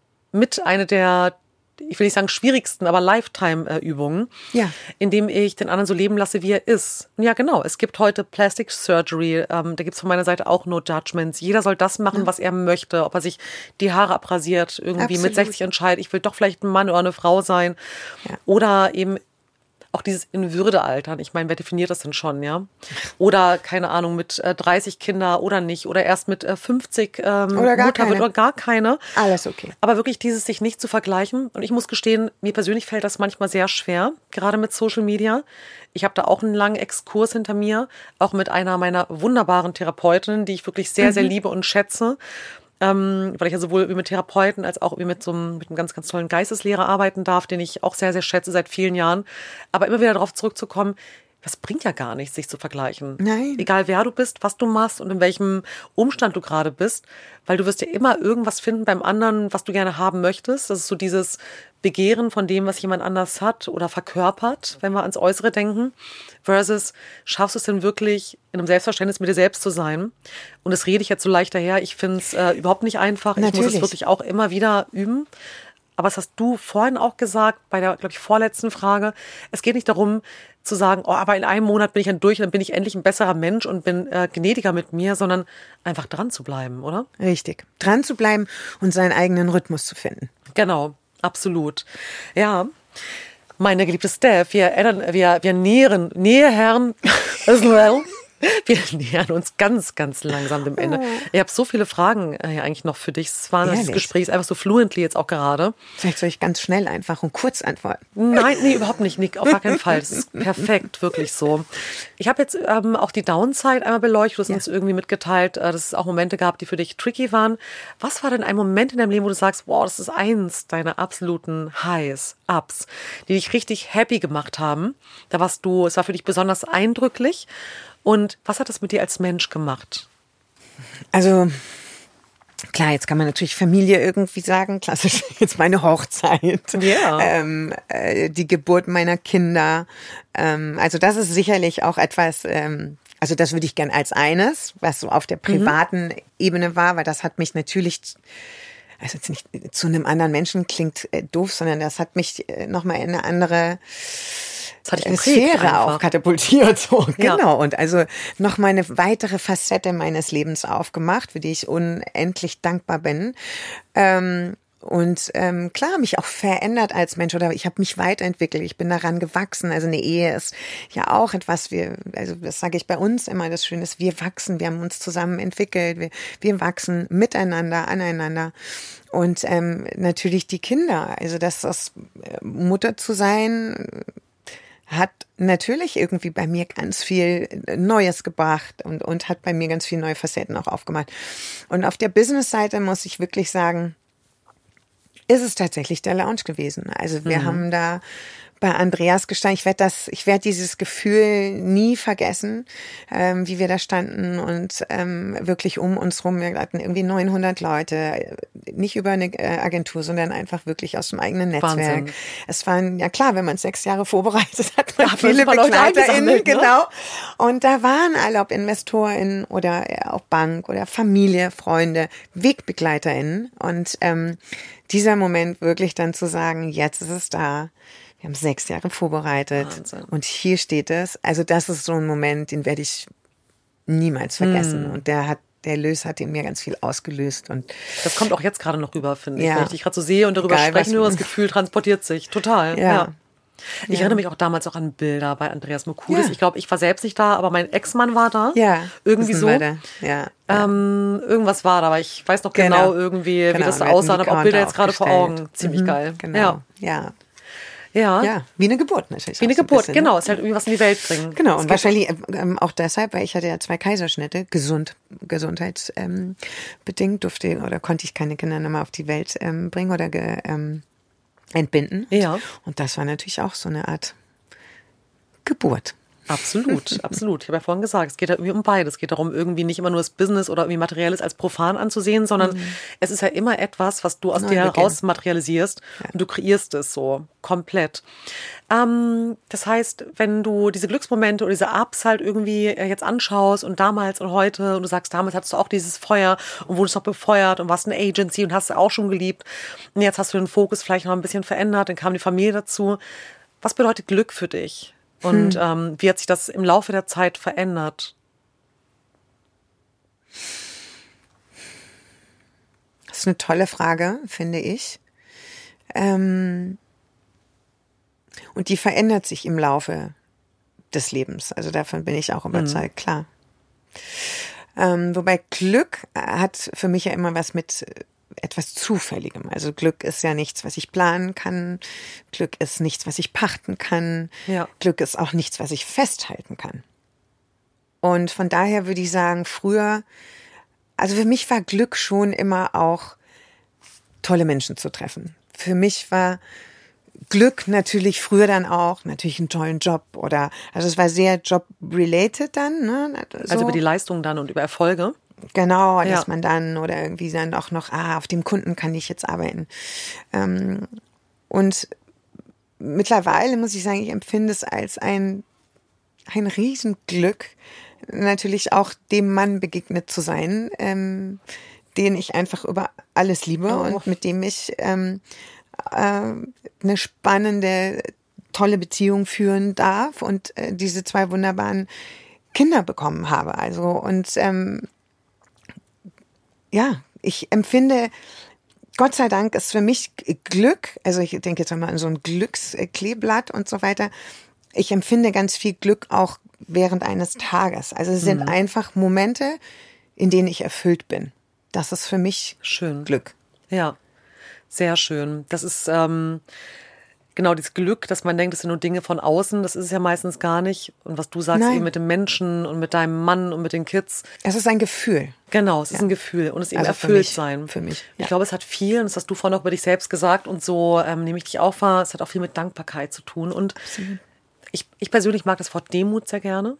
mit einer der, ich will nicht sagen schwierigsten, aber Lifetime-Übungen, indem ich den anderen so leben lasse, wie er ist. Und ja, genau, es gibt heute Plastic Surgery, da gibt's von meiner Seite auch No Judgments. Jeder soll das machen, was er möchte, ob er sich die Haare abrasiert, irgendwie mit 60 entscheidet, ich will doch vielleicht ein Mann oder eine Frau sein. Ja. Oder eben auch dieses in Würde altern. Ich meine, wer definiert das denn schon, ja? Oder, keine Ahnung, mit 30 Kinder oder nicht. Oder erst mit 50 oder Mutter wird oder gar keine. Alles okay. Aber wirklich dieses sich nicht zu vergleichen. Und ich muss gestehen, mir persönlich fällt das manchmal sehr schwer, gerade mit Social Media. Ich habe da auch einen langen Exkurs hinter mir, auch mit einer meiner wunderbaren Therapeutinnen, die ich wirklich sehr, sehr liebe und schätze. Weil ich ja sowohl mit Therapeuten als auch mit einem ganz, ganz tollen Geisteslehrer arbeiten darf, den ich auch sehr, sehr schätze seit vielen Jahren. Aber immer wieder darauf zurückzukommen, das bringt ja gar nichts, sich zu vergleichen. Nein. Egal wer du bist, was du machst und in welchem Umstand du gerade bist, weil du wirst ja immer irgendwas finden beim anderen, was du gerne haben möchtest. Das ist so dieses Begehren von dem, was jemand anders hat oder verkörpert, wenn wir ans Äußere denken, versus schaffst du es denn wirklich, in einem Selbstverständnis mit dir selbst zu sein? Und das rede ich jetzt so leicht daher. Ich finde es überhaupt nicht einfach. Natürlich. Ich muss es wirklich auch immer wieder üben. Aber das hast du vorhin auch gesagt, bei der, glaube ich, vorletzten Frage. Es geht nicht darum zu sagen, oh, aber in einem Monat bin ich dann durch und dann bin ich endlich ein besserer Mensch und bin gnädiger mit mir, sondern einfach dran zu bleiben, oder? Richtig. Dran zu bleiben und seinen eigenen Rhythmus zu finden. Genau, absolut. Ja, meine geliebte Steph, wir nähern, wir nähern uns ganz, ganz langsam dem Ende. Ich habe so viele Fragen eigentlich noch für dich. Es war das Gespräch ist einfach so fluently jetzt auch gerade. Vielleicht soll ich ganz schnell einfach und kurz antworten. Nein, nee, überhaupt nicht, Nick, auf gar keinen Fall. Das ist perfekt, wirklich so. Ich habe jetzt auch die Downside einmal beleuchtet. Du hast uns irgendwie mitgeteilt, dass es auch Momente gab, die für dich tricky waren. Was war denn ein Moment in deinem Leben, wo du sagst, wow, das ist eins deiner absoluten Highs, Ups, die dich richtig happy gemacht haben? Es war für dich besonders eindrücklich. Und was hat das mit dir als Mensch gemacht? Also, klar, jetzt kann man natürlich Familie irgendwie sagen, klassisch jetzt meine Hochzeit, die Geburt meiner Kinder. Also das ist sicherlich auch etwas, also das würde ich gern als eines, was so auf der privaten Ebene war, weil das hat mich natürlich, also jetzt nicht zu einem anderen Menschen klingt doof, sondern das hat mich nochmal in eine andere Sphäre auch katapultiert. So. Ja. Genau. Und also nochmal eine weitere Facette meines Lebens aufgemacht, für die ich unendlich dankbar bin. Und klar, mich auch verändert als Mensch oder ich habe mich weiterentwickelt, ich bin daran gewachsen. Also eine Ehe ist ja auch etwas, also das sage ich bei uns immer, das Schöne ist, wir wachsen, wir haben uns zusammen entwickelt, wir wachsen miteinander, aneinander. Und natürlich die Kinder, also das Mutter zu sein, hat natürlich irgendwie bei mir ganz viel Neues gebracht und hat bei mir ganz viele neue Facetten auch aufgemacht. Und auf der Business-Seite muss ich wirklich sagen, ist es tatsächlich der Lounge gewesen. Also wir haben da bei Andreas gestanden. Ich werde dieses Gefühl nie vergessen, wie wir da standen und wirklich um uns rum. Wir hatten irgendwie 900 Leute, nicht über eine Agentur, sondern einfach wirklich aus dem eigenen Netzwerk. Wahnsinn. Es waren, ja klar, wenn man 6 Jahre vorbereitet hat, man viele BegleiterInnen, genau. Und da waren alle, ob InvestorInnen oder auch Bank oder Familie, Freunde, WegbegleiterInnen. Und dieser Moment wirklich dann zu sagen, jetzt ist es da. Wir haben 6 Jahre vorbereitet. Wahnsinn. Und hier steht es. Also das ist so ein Moment, den werde ich niemals vergessen. Und der Erlös hat in mir ganz viel ausgelöst. Und das kommt auch jetzt gerade noch rüber, finde ich. Wenn ich dich gerade so sehe und darüber spreche, nur das Gefühl transportiert sich. Total. Ja. Ich erinnere mich auch damals auch an Bilder bei Andreas Mokulis. Ja. Ich glaube, ich war selbst nicht da, aber mein Ex-Mann war da. Ja. Irgendwie so. Ja. Irgendwas war da, aber ich weiß noch genau irgendwie, wie das so aussah. Ich habe auch Bilder jetzt gerade vor Augen. Ziemlich geil. Genau. Ja, wie eine Geburt natürlich. Wie eine Geburt, bisschen, genau. Es ist halt irgendwie was in die Welt bringen. Genau, und wahrscheinlich auch deshalb, weil ich hatte ja 2 Kaiserschnitte, gesundheitsbedingt konnte ich keine Kinder mehr auf die Welt bringen oder entbinden. Ja. Und das war natürlich auch so eine Art Geburt. Absolut, absolut. Ich habe ja vorhin gesagt, es geht ja irgendwie um beides. Es geht darum, irgendwie nicht immer nur das Business oder irgendwie Materielles als profan anzusehen, sondern es ist ja immer etwas, was du aus dir heraus materialisierst und du kreierst es so komplett. Das heißt, wenn du diese Glücksmomente oder diese Ups halt irgendwie jetzt anschaust und damals und heute und du sagst, damals hattest du auch dieses Feuer und wurdest noch befeuert und warst eine Agency und hast es auch schon geliebt und jetzt hast du den Fokus vielleicht noch ein bisschen verändert, dann kam die Familie dazu. Was bedeutet Glück für dich? Und wie hat sich das im Laufe der Zeit verändert? Das ist eine tolle Frage, finde ich. Und die verändert sich im Laufe des Lebens. Also davon bin ich auch überzeugt, klar. Wobei Glück hat für mich ja immer was mit etwas Zufälligem. Also Glück ist ja nichts, was ich planen kann. Glück ist nichts, was ich pachten kann. Ja. Glück ist auch nichts, was ich festhalten kann. Und von daher würde ich sagen, früher, also für mich war Glück schon immer auch tolle Menschen zu treffen. Für mich war Glück natürlich früher dann auch, natürlich einen tollen Job also es war sehr job-related dann. Ne? So. Also über die Leistung dann und über Erfolge. Genau, dass man dann oder irgendwie dann auch noch, auf dem Kunden kann ich jetzt arbeiten. Und mittlerweile muss ich sagen, ich empfinde es als ein Riesenglück, natürlich auch dem Mann begegnet zu sein, den ich einfach über alles liebe und mit dem ich eine spannende, tolle Beziehung führen darf und diese 2 wunderbaren Kinder bekommen habe. Also und ich empfinde, Gott sei Dank ist für mich Glück, also ich denke jetzt mal an so ein Glückskleeblatt und so weiter. Ich empfinde ganz viel Glück auch während eines Tages. Also es sind einfach Momente, in denen ich erfüllt bin. Das ist für mich schön. Glück. Ja, sehr schön. Das ist genau dieses Glück, dass man denkt, das sind nur Dinge von außen. Das ist es ja meistens gar nicht. Und was du sagst, eben mit dem Menschen und mit deinem Mann und mit den Kids. Es ist ein Gefühl. Genau, es ist ein Gefühl und es eben also erfüllt sein. Für mich. Ich glaube, es hat viel, und das hast du vorhin auch über dich selbst gesagt und so nehme ich dich auch wahr, es hat auch viel mit Dankbarkeit zu tun. Und ich persönlich mag das Wort Demut sehr gerne.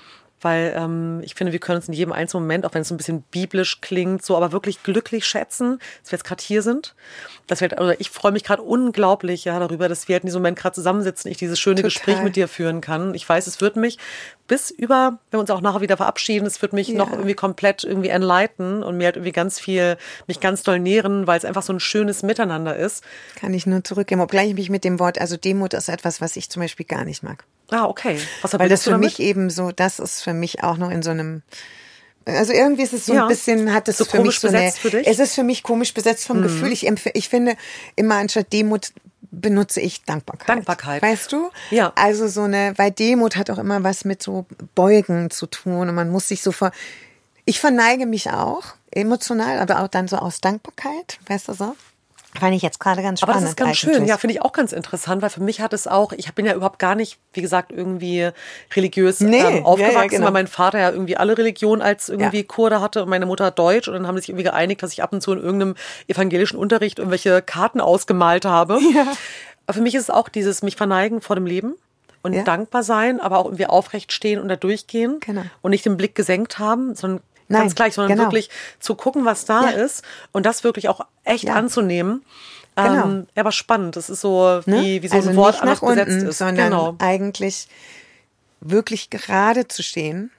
Weil ich finde, wir können uns in jedem einzelnen Moment, auch wenn es so ein bisschen biblisch klingt, so aber wirklich glücklich schätzen, dass wir jetzt gerade hier sind. Ich freue mich gerade unglaublich darüber, dass wir halt in diesem Moment gerade zusammensitzen, ich dieses schöne Gespräch mit dir führen kann. Ich weiß, es wird mich wenn wir uns auch nachher wieder verabschieden, es wird mich noch irgendwie komplett irgendwie enlighten und mir halt irgendwie mich ganz doll nähren, weil es einfach so ein schönes Miteinander ist. Kann ich nur zurückgeben, obgleich ich mich mit dem Wort, also Demut ist etwas, was ich zum Beispiel gar nicht mag. Ah, okay. Weil das für mich eben so, das ist für mich auch noch in so einem, also irgendwie ist es so ein bisschen, hat es so für mich so eine, es ist für mich komisch besetzt vom Gefühl. Ich finde immer anstatt Demut benutze ich Dankbarkeit. Weißt du? Ja. Also weil Demut hat auch immer was mit so Beugen zu tun und man muss sich ich verneige mich auch emotional, aber auch dann so aus Dankbarkeit, weißt du so? Fand ich jetzt gerade ganz spannend. Aber das ist ganz schön, ja, finde ich auch ganz interessant, weil für mich hat es auch, ich bin ja überhaupt gar nicht, wie gesagt, irgendwie religiös aufgewachsen, weil mein Vater ja irgendwie alle Religionen als irgendwie Kurde hatte und meine Mutter Deutsch und dann haben sie sich irgendwie geeinigt, dass ich ab und zu in irgendeinem evangelischen Unterricht irgendwelche Karten ausgemalt habe. Ja. Aber für mich ist es auch dieses mich verneigen vor dem Leben und dankbar sein, aber auch irgendwie aufrecht stehen und da durchgehen und nicht den Blick gesenkt haben, sondern ganz gleich, sondern wirklich zu gucken, was da ist und das wirklich auch echt anzunehmen. Aber spannend. Das ist so, wie so ein Wort anders besetzt ist. Sondern eigentlich wirklich gerade zu stehen.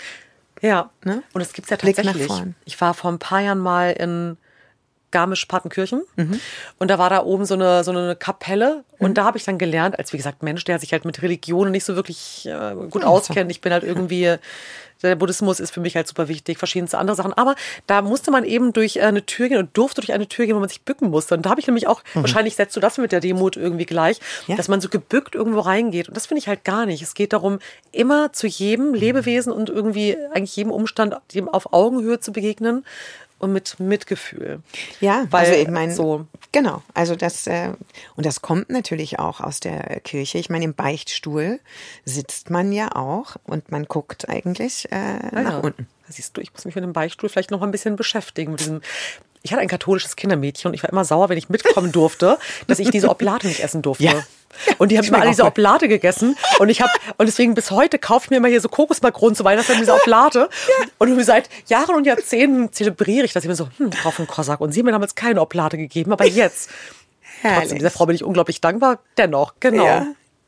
Ja, und das gibt's ja tatsächlich. Ich war vor ein paar Jahren mal in Garmisch-Partenkirchen und da war da oben so eine Kapelle und da habe ich dann gelernt, als wie gesagt Mensch, der sich halt mit Religionen nicht so wirklich gut auskennt. Ich bin halt irgendwie, der Buddhismus ist für mich halt super wichtig, verschiedenste andere Sachen, aber da musste man eben durch eine Tür gehen und durfte durch eine Tür gehen, wo man sich bücken musste und da habe ich nämlich auch, wahrscheinlich setzt du das mit der Demut irgendwie gleich, dass man so gebückt irgendwo reingeht und das finde ich halt gar nicht. Es geht darum, immer zu jedem Lebewesen und irgendwie eigentlich jedem Umstand dem auf Augenhöhe zu begegnen und mit Mitgefühl. Ja, weil, also ich meine, genau, also das, und das kommt natürlich auch aus der Kirche. Ich meine, im Beichtstuhl sitzt man ja auch und man guckt eigentlich nach unten. Siehst du, ich muss mich mit dem Beichtstuhl vielleicht noch ein bisschen beschäftigen. Ich hatte ein katholisches Kindermädchen und ich war immer sauer, wenn ich mitkommen durfte, dass ich diese Oblate nicht essen durfte. Ja. Und die haben immer alle diese Oblate gegessen und deswegen bis heute kaufe ich mir immer hier so Kokosmakronen zu Weihnachten, diese Oblate. Ja. Und seit Jahren und Jahrzehnten zelebriere ich das. Ich bin so, drauf ein Kosak. Und sie haben mir damals keine Oblate gegeben, aber jetzt. Trotzdem, dieser Frau bin ich unglaublich dankbar. Dennoch, genau. Ja.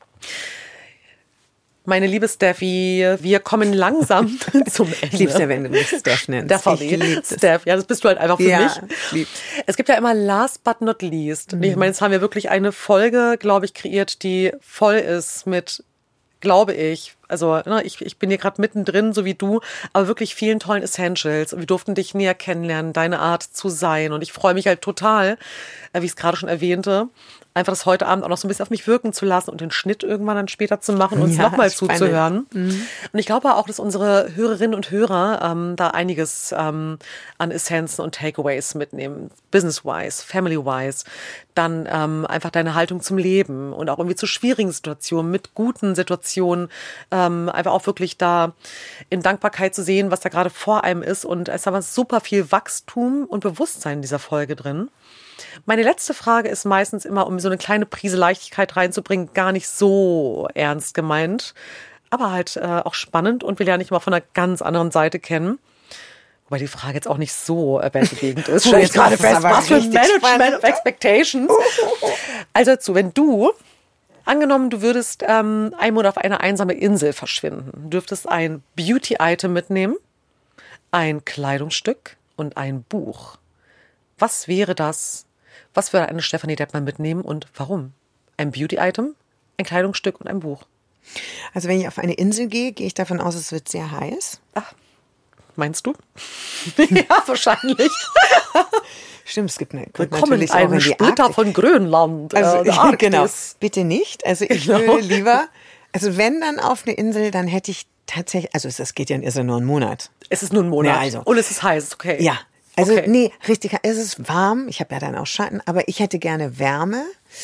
Meine liebe Steffi, wir kommen langsam zum Ende. Ich liebe es ja, wenn du mich Steph nennst. Steph, ja, das bist du halt einfach für mich. Es gibt ja immer last but not least. Und ich meine, jetzt haben wir wirklich eine Folge, glaube ich, kreiert, die voll ist mit, glaube ich, also ich bin hier gerade mittendrin, so wie du, aber wirklich vielen tollen Essentials. Und wir durften dich näher kennenlernen, deine Art zu sein. Und ich freue mich halt total, wie ich es gerade schon erwähnte, einfach das heute Abend auch noch so ein bisschen auf mich wirken zu lassen und den Schnitt irgendwann dann später zu machen und uns nochmal zuzuhören. Und ich glaube auch, dass unsere Hörerinnen und Hörer da einiges an Essenzen und Takeaways mitnehmen. Business-wise, family-wise. Dann einfach deine Haltung zum Leben und auch irgendwie zu schwierigen Situationen, mit guten Situationen Einfach auch wirklich da in Dankbarkeit zu sehen, was da gerade vor einem ist. Und es ist super viel Wachstum und Bewusstsein in dieser Folge drin. Meine letzte Frage ist meistens immer, um so eine kleine Prise Leichtigkeit reinzubringen, gar nicht so ernst gemeint, aber halt auch spannend und wir lernen dich mal von einer ganz anderen Seite kennen. Wobei die Frage jetzt auch nicht so weltbewegend ist. Stell ich gerade fest, was für ein Management of Expectations. Also dazu, wenn du, angenommen, du würdest einen Monat auf eine einsame Insel verschwinden, dürftest ein Beauty-Item mitnehmen, ein Kleidungsstück und ein Buch. Was wäre das? Was würde eine Stefanie Deppmann mitnehmen und warum? Ein Beauty-Item, ein Kleidungsstück und ein Buch. Also wenn ich auf eine Insel gehe, gehe ich davon aus, es wird sehr heiß. Ach, meinst du? Ja, wahrscheinlich. Stimmt, es gibt Willkommen in einem Splitter von Grönland. Also, genau, bitte nicht. Also ich würde lieber, also wenn dann auf eine Insel, dann hätte ich tatsächlich, also es geht ja nur ein Monat. Es ist nur ein Monat. Ja, also. Und es ist heiß, okay. Ja. Also okay. Nee, richtig, es ist warm, ich habe ja dann auch Schatten, aber ich hätte gerne Wärme,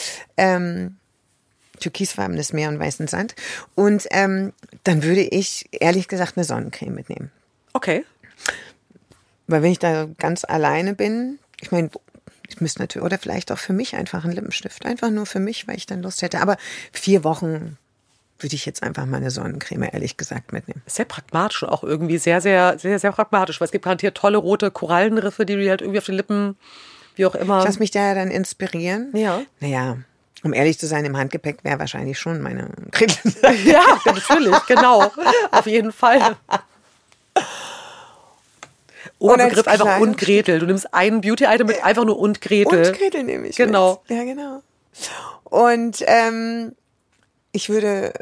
türkisfarbenes Meer und weißen Sand und dann würde ich ehrlich gesagt eine Sonnencreme mitnehmen. Okay. Weil wenn ich da ganz alleine bin, ich meine, ich müsste natürlich, oder vielleicht auch für mich einfach einen Lippenstift, einfach nur für mich, weil ich dann Lust hätte, aber 4 Wochen würde ich jetzt einfach mal eine Sonnencreme, ehrlich gesagt, mitnehmen. Sehr pragmatisch und auch irgendwie sehr, sehr, sehr, sehr pragmatisch, weil es gibt garantiert tolle rote Korallenriffe, die du halt irgendwie auf den Lippen, wie auch immer. Ich lasse mich da ja dann inspirieren. Ja. Naja, um ehrlich zu sein, im Handgepäck wäre wahrscheinlich schon meine Creme. Ja, natürlich, genau. Auf jeden Fall. Oberbegriff einfach und Gretel. Du nimmst ein Beauty-Item mit einfach nur und Gretel. Und Gretel nehme ich genau. mit. Ja, genau. Und ich würde,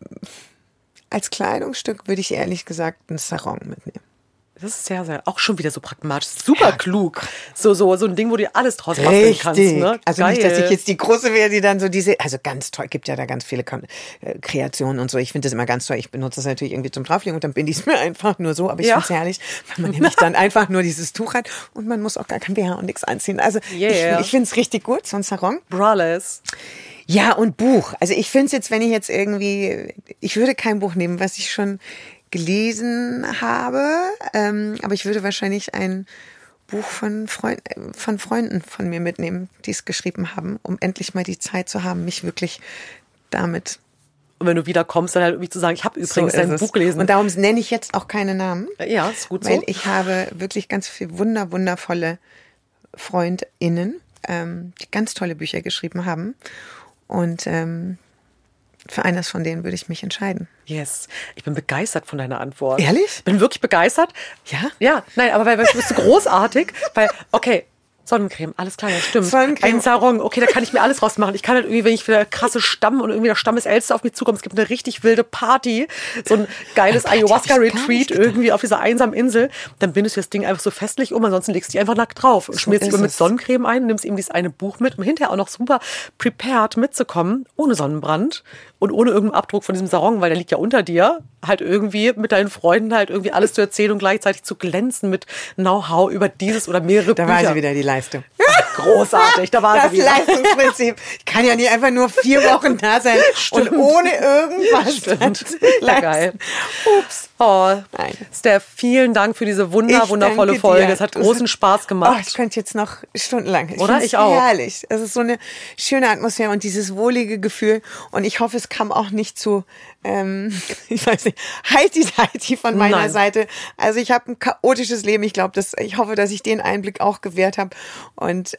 als Kleidungsstück würde ich ehrlich gesagt einen Sarong mitnehmen. Das ist sehr, sehr, auch schon wieder so pragmatisch, super klug. So ein Ding, wo du alles draus basteln kannst. Ne? Also geil. nicht, dass ich jetzt die Große wäre, die dann so diese, also ganz toll, gibt ja da ganz viele Kreationen und so. Ich finde das immer ganz toll. Ich benutze das natürlich irgendwie zum Drauflegen und dann binde ich es mir einfach nur so. Aber ich finde es herrlich, weil man nämlich dann einfach nur dieses Tuch hat und man muss auch gar kein BH und nichts anziehen. Also ich finde es richtig gut, so ein Sarong. Braless. Ja, und Buch. Also ich finde es jetzt, wenn ich jetzt irgendwie, ich würde kein Buch nehmen, was ich schon gelesen habe, aber ich würde wahrscheinlich ein Buch von Freunden von mir mitnehmen, die es geschrieben haben, um endlich mal die Zeit zu haben, mich wirklich damit. Und wenn du wiederkommst, dann halt irgendwie zu sagen, ich habe übrigens dein Buch gelesen. Und darum nenne ich jetzt auch keine Namen. Ja, ist gut so. Weil ich habe wirklich ganz viele wundervolle FreundInnen, die ganz tolle Bücher geschrieben haben. Und für eines von denen würde ich mich entscheiden. Yes. Ich bin begeistert von deiner Antwort. Ehrlich? Ich bin wirklich begeistert. Ja? Ja, nein, aber weil du bist so großartig, weil, okay, Sonnencreme, alles klar, ja, stimmt. Sonnencreme. Ein Sarong, okay, da kann ich mir alles rausmachen. Ich kann halt irgendwie, wenn ich wieder krasse Stamm und irgendwie der Stammesälteste auf mich zukommt, es gibt eine richtig wilde Party, so ein geiles Ayahuasca-Retreat irgendwie auf dieser einsamen Insel, dann bindest du das Ding einfach so festlich um, ansonsten legst du dich einfach nackt drauf. Und schmierst dich mit Sonnencreme ein, nimmst eben dieses eine Buch mit, um hinterher auch noch super prepared mitzukommen, ohne Sonnenbrand und ohne irgendeinen Abdruck von diesem Sarong, weil der liegt ja unter dir, halt irgendwie mit deinen Freunden halt irgendwie alles zu erzählen und gleichzeitig zu glänzen mit Know-how über dieses oder mehrere Bücher. Da war sie wieder, die Leistung. Großartig, da war sie wieder. Das Leistungsprinzip. Ich kann ja nicht einfach nur 4 Wochen da sein und ohne irgendwas. Stimmt. Ja, geil. Ups. Oh, Nein. Steph, vielen Dank für diese wundervolle Folge. Es hat großen Spaß gemacht. Oh, ich könnte jetzt noch stundenlang. Oder? Ich auch. Herrlich. Es ist so eine schöne Atmosphäre und dieses wohlige Gefühl. Und ich hoffe, es kam auch nicht zu, ich weiß nicht, Heidi von meiner Seite. Also ich habe ein chaotisches Leben. Ich hoffe, dass ich den Einblick auch gewährt habe. Und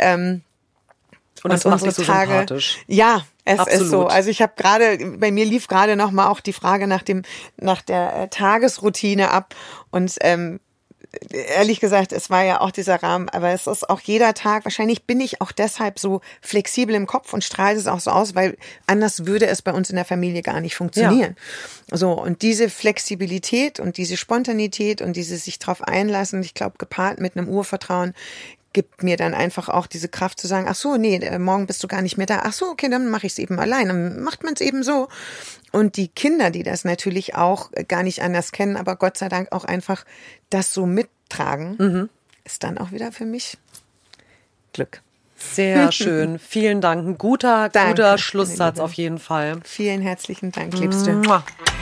das macht dich so sympathisch. Ja, es Absolut. ist so. Also ich habe bei mir lief gerade noch mal auch die Frage nach der Tagesroutine ab und ehrlich gesagt, es war ja auch dieser Rahmen, aber es ist auch jeder Tag, wahrscheinlich bin ich auch deshalb so flexibel im Kopf und strahle es auch so aus, weil anders würde es bei uns in der Familie gar nicht funktionieren. Ja. So, und diese Flexibilität und diese Spontanität und dieses sich drauf einlassen, ich glaube, gepaart mit einem Urvertrauen, gibt mir dann einfach auch diese Kraft zu sagen, ach so, nee, morgen bist du gar nicht mehr da. Ach so, okay, dann mache ich es eben allein. Dann macht man es eben so. Und die Kinder, die das natürlich auch gar nicht anders kennen, aber Gott sei Dank auch einfach das so mittragen, ist dann auch wieder für mich Glück. Sehr schön. Vielen Dank. Ein guter Schlusssatz auf jeden Fall. Vielen herzlichen Dank, Liebste. Mua.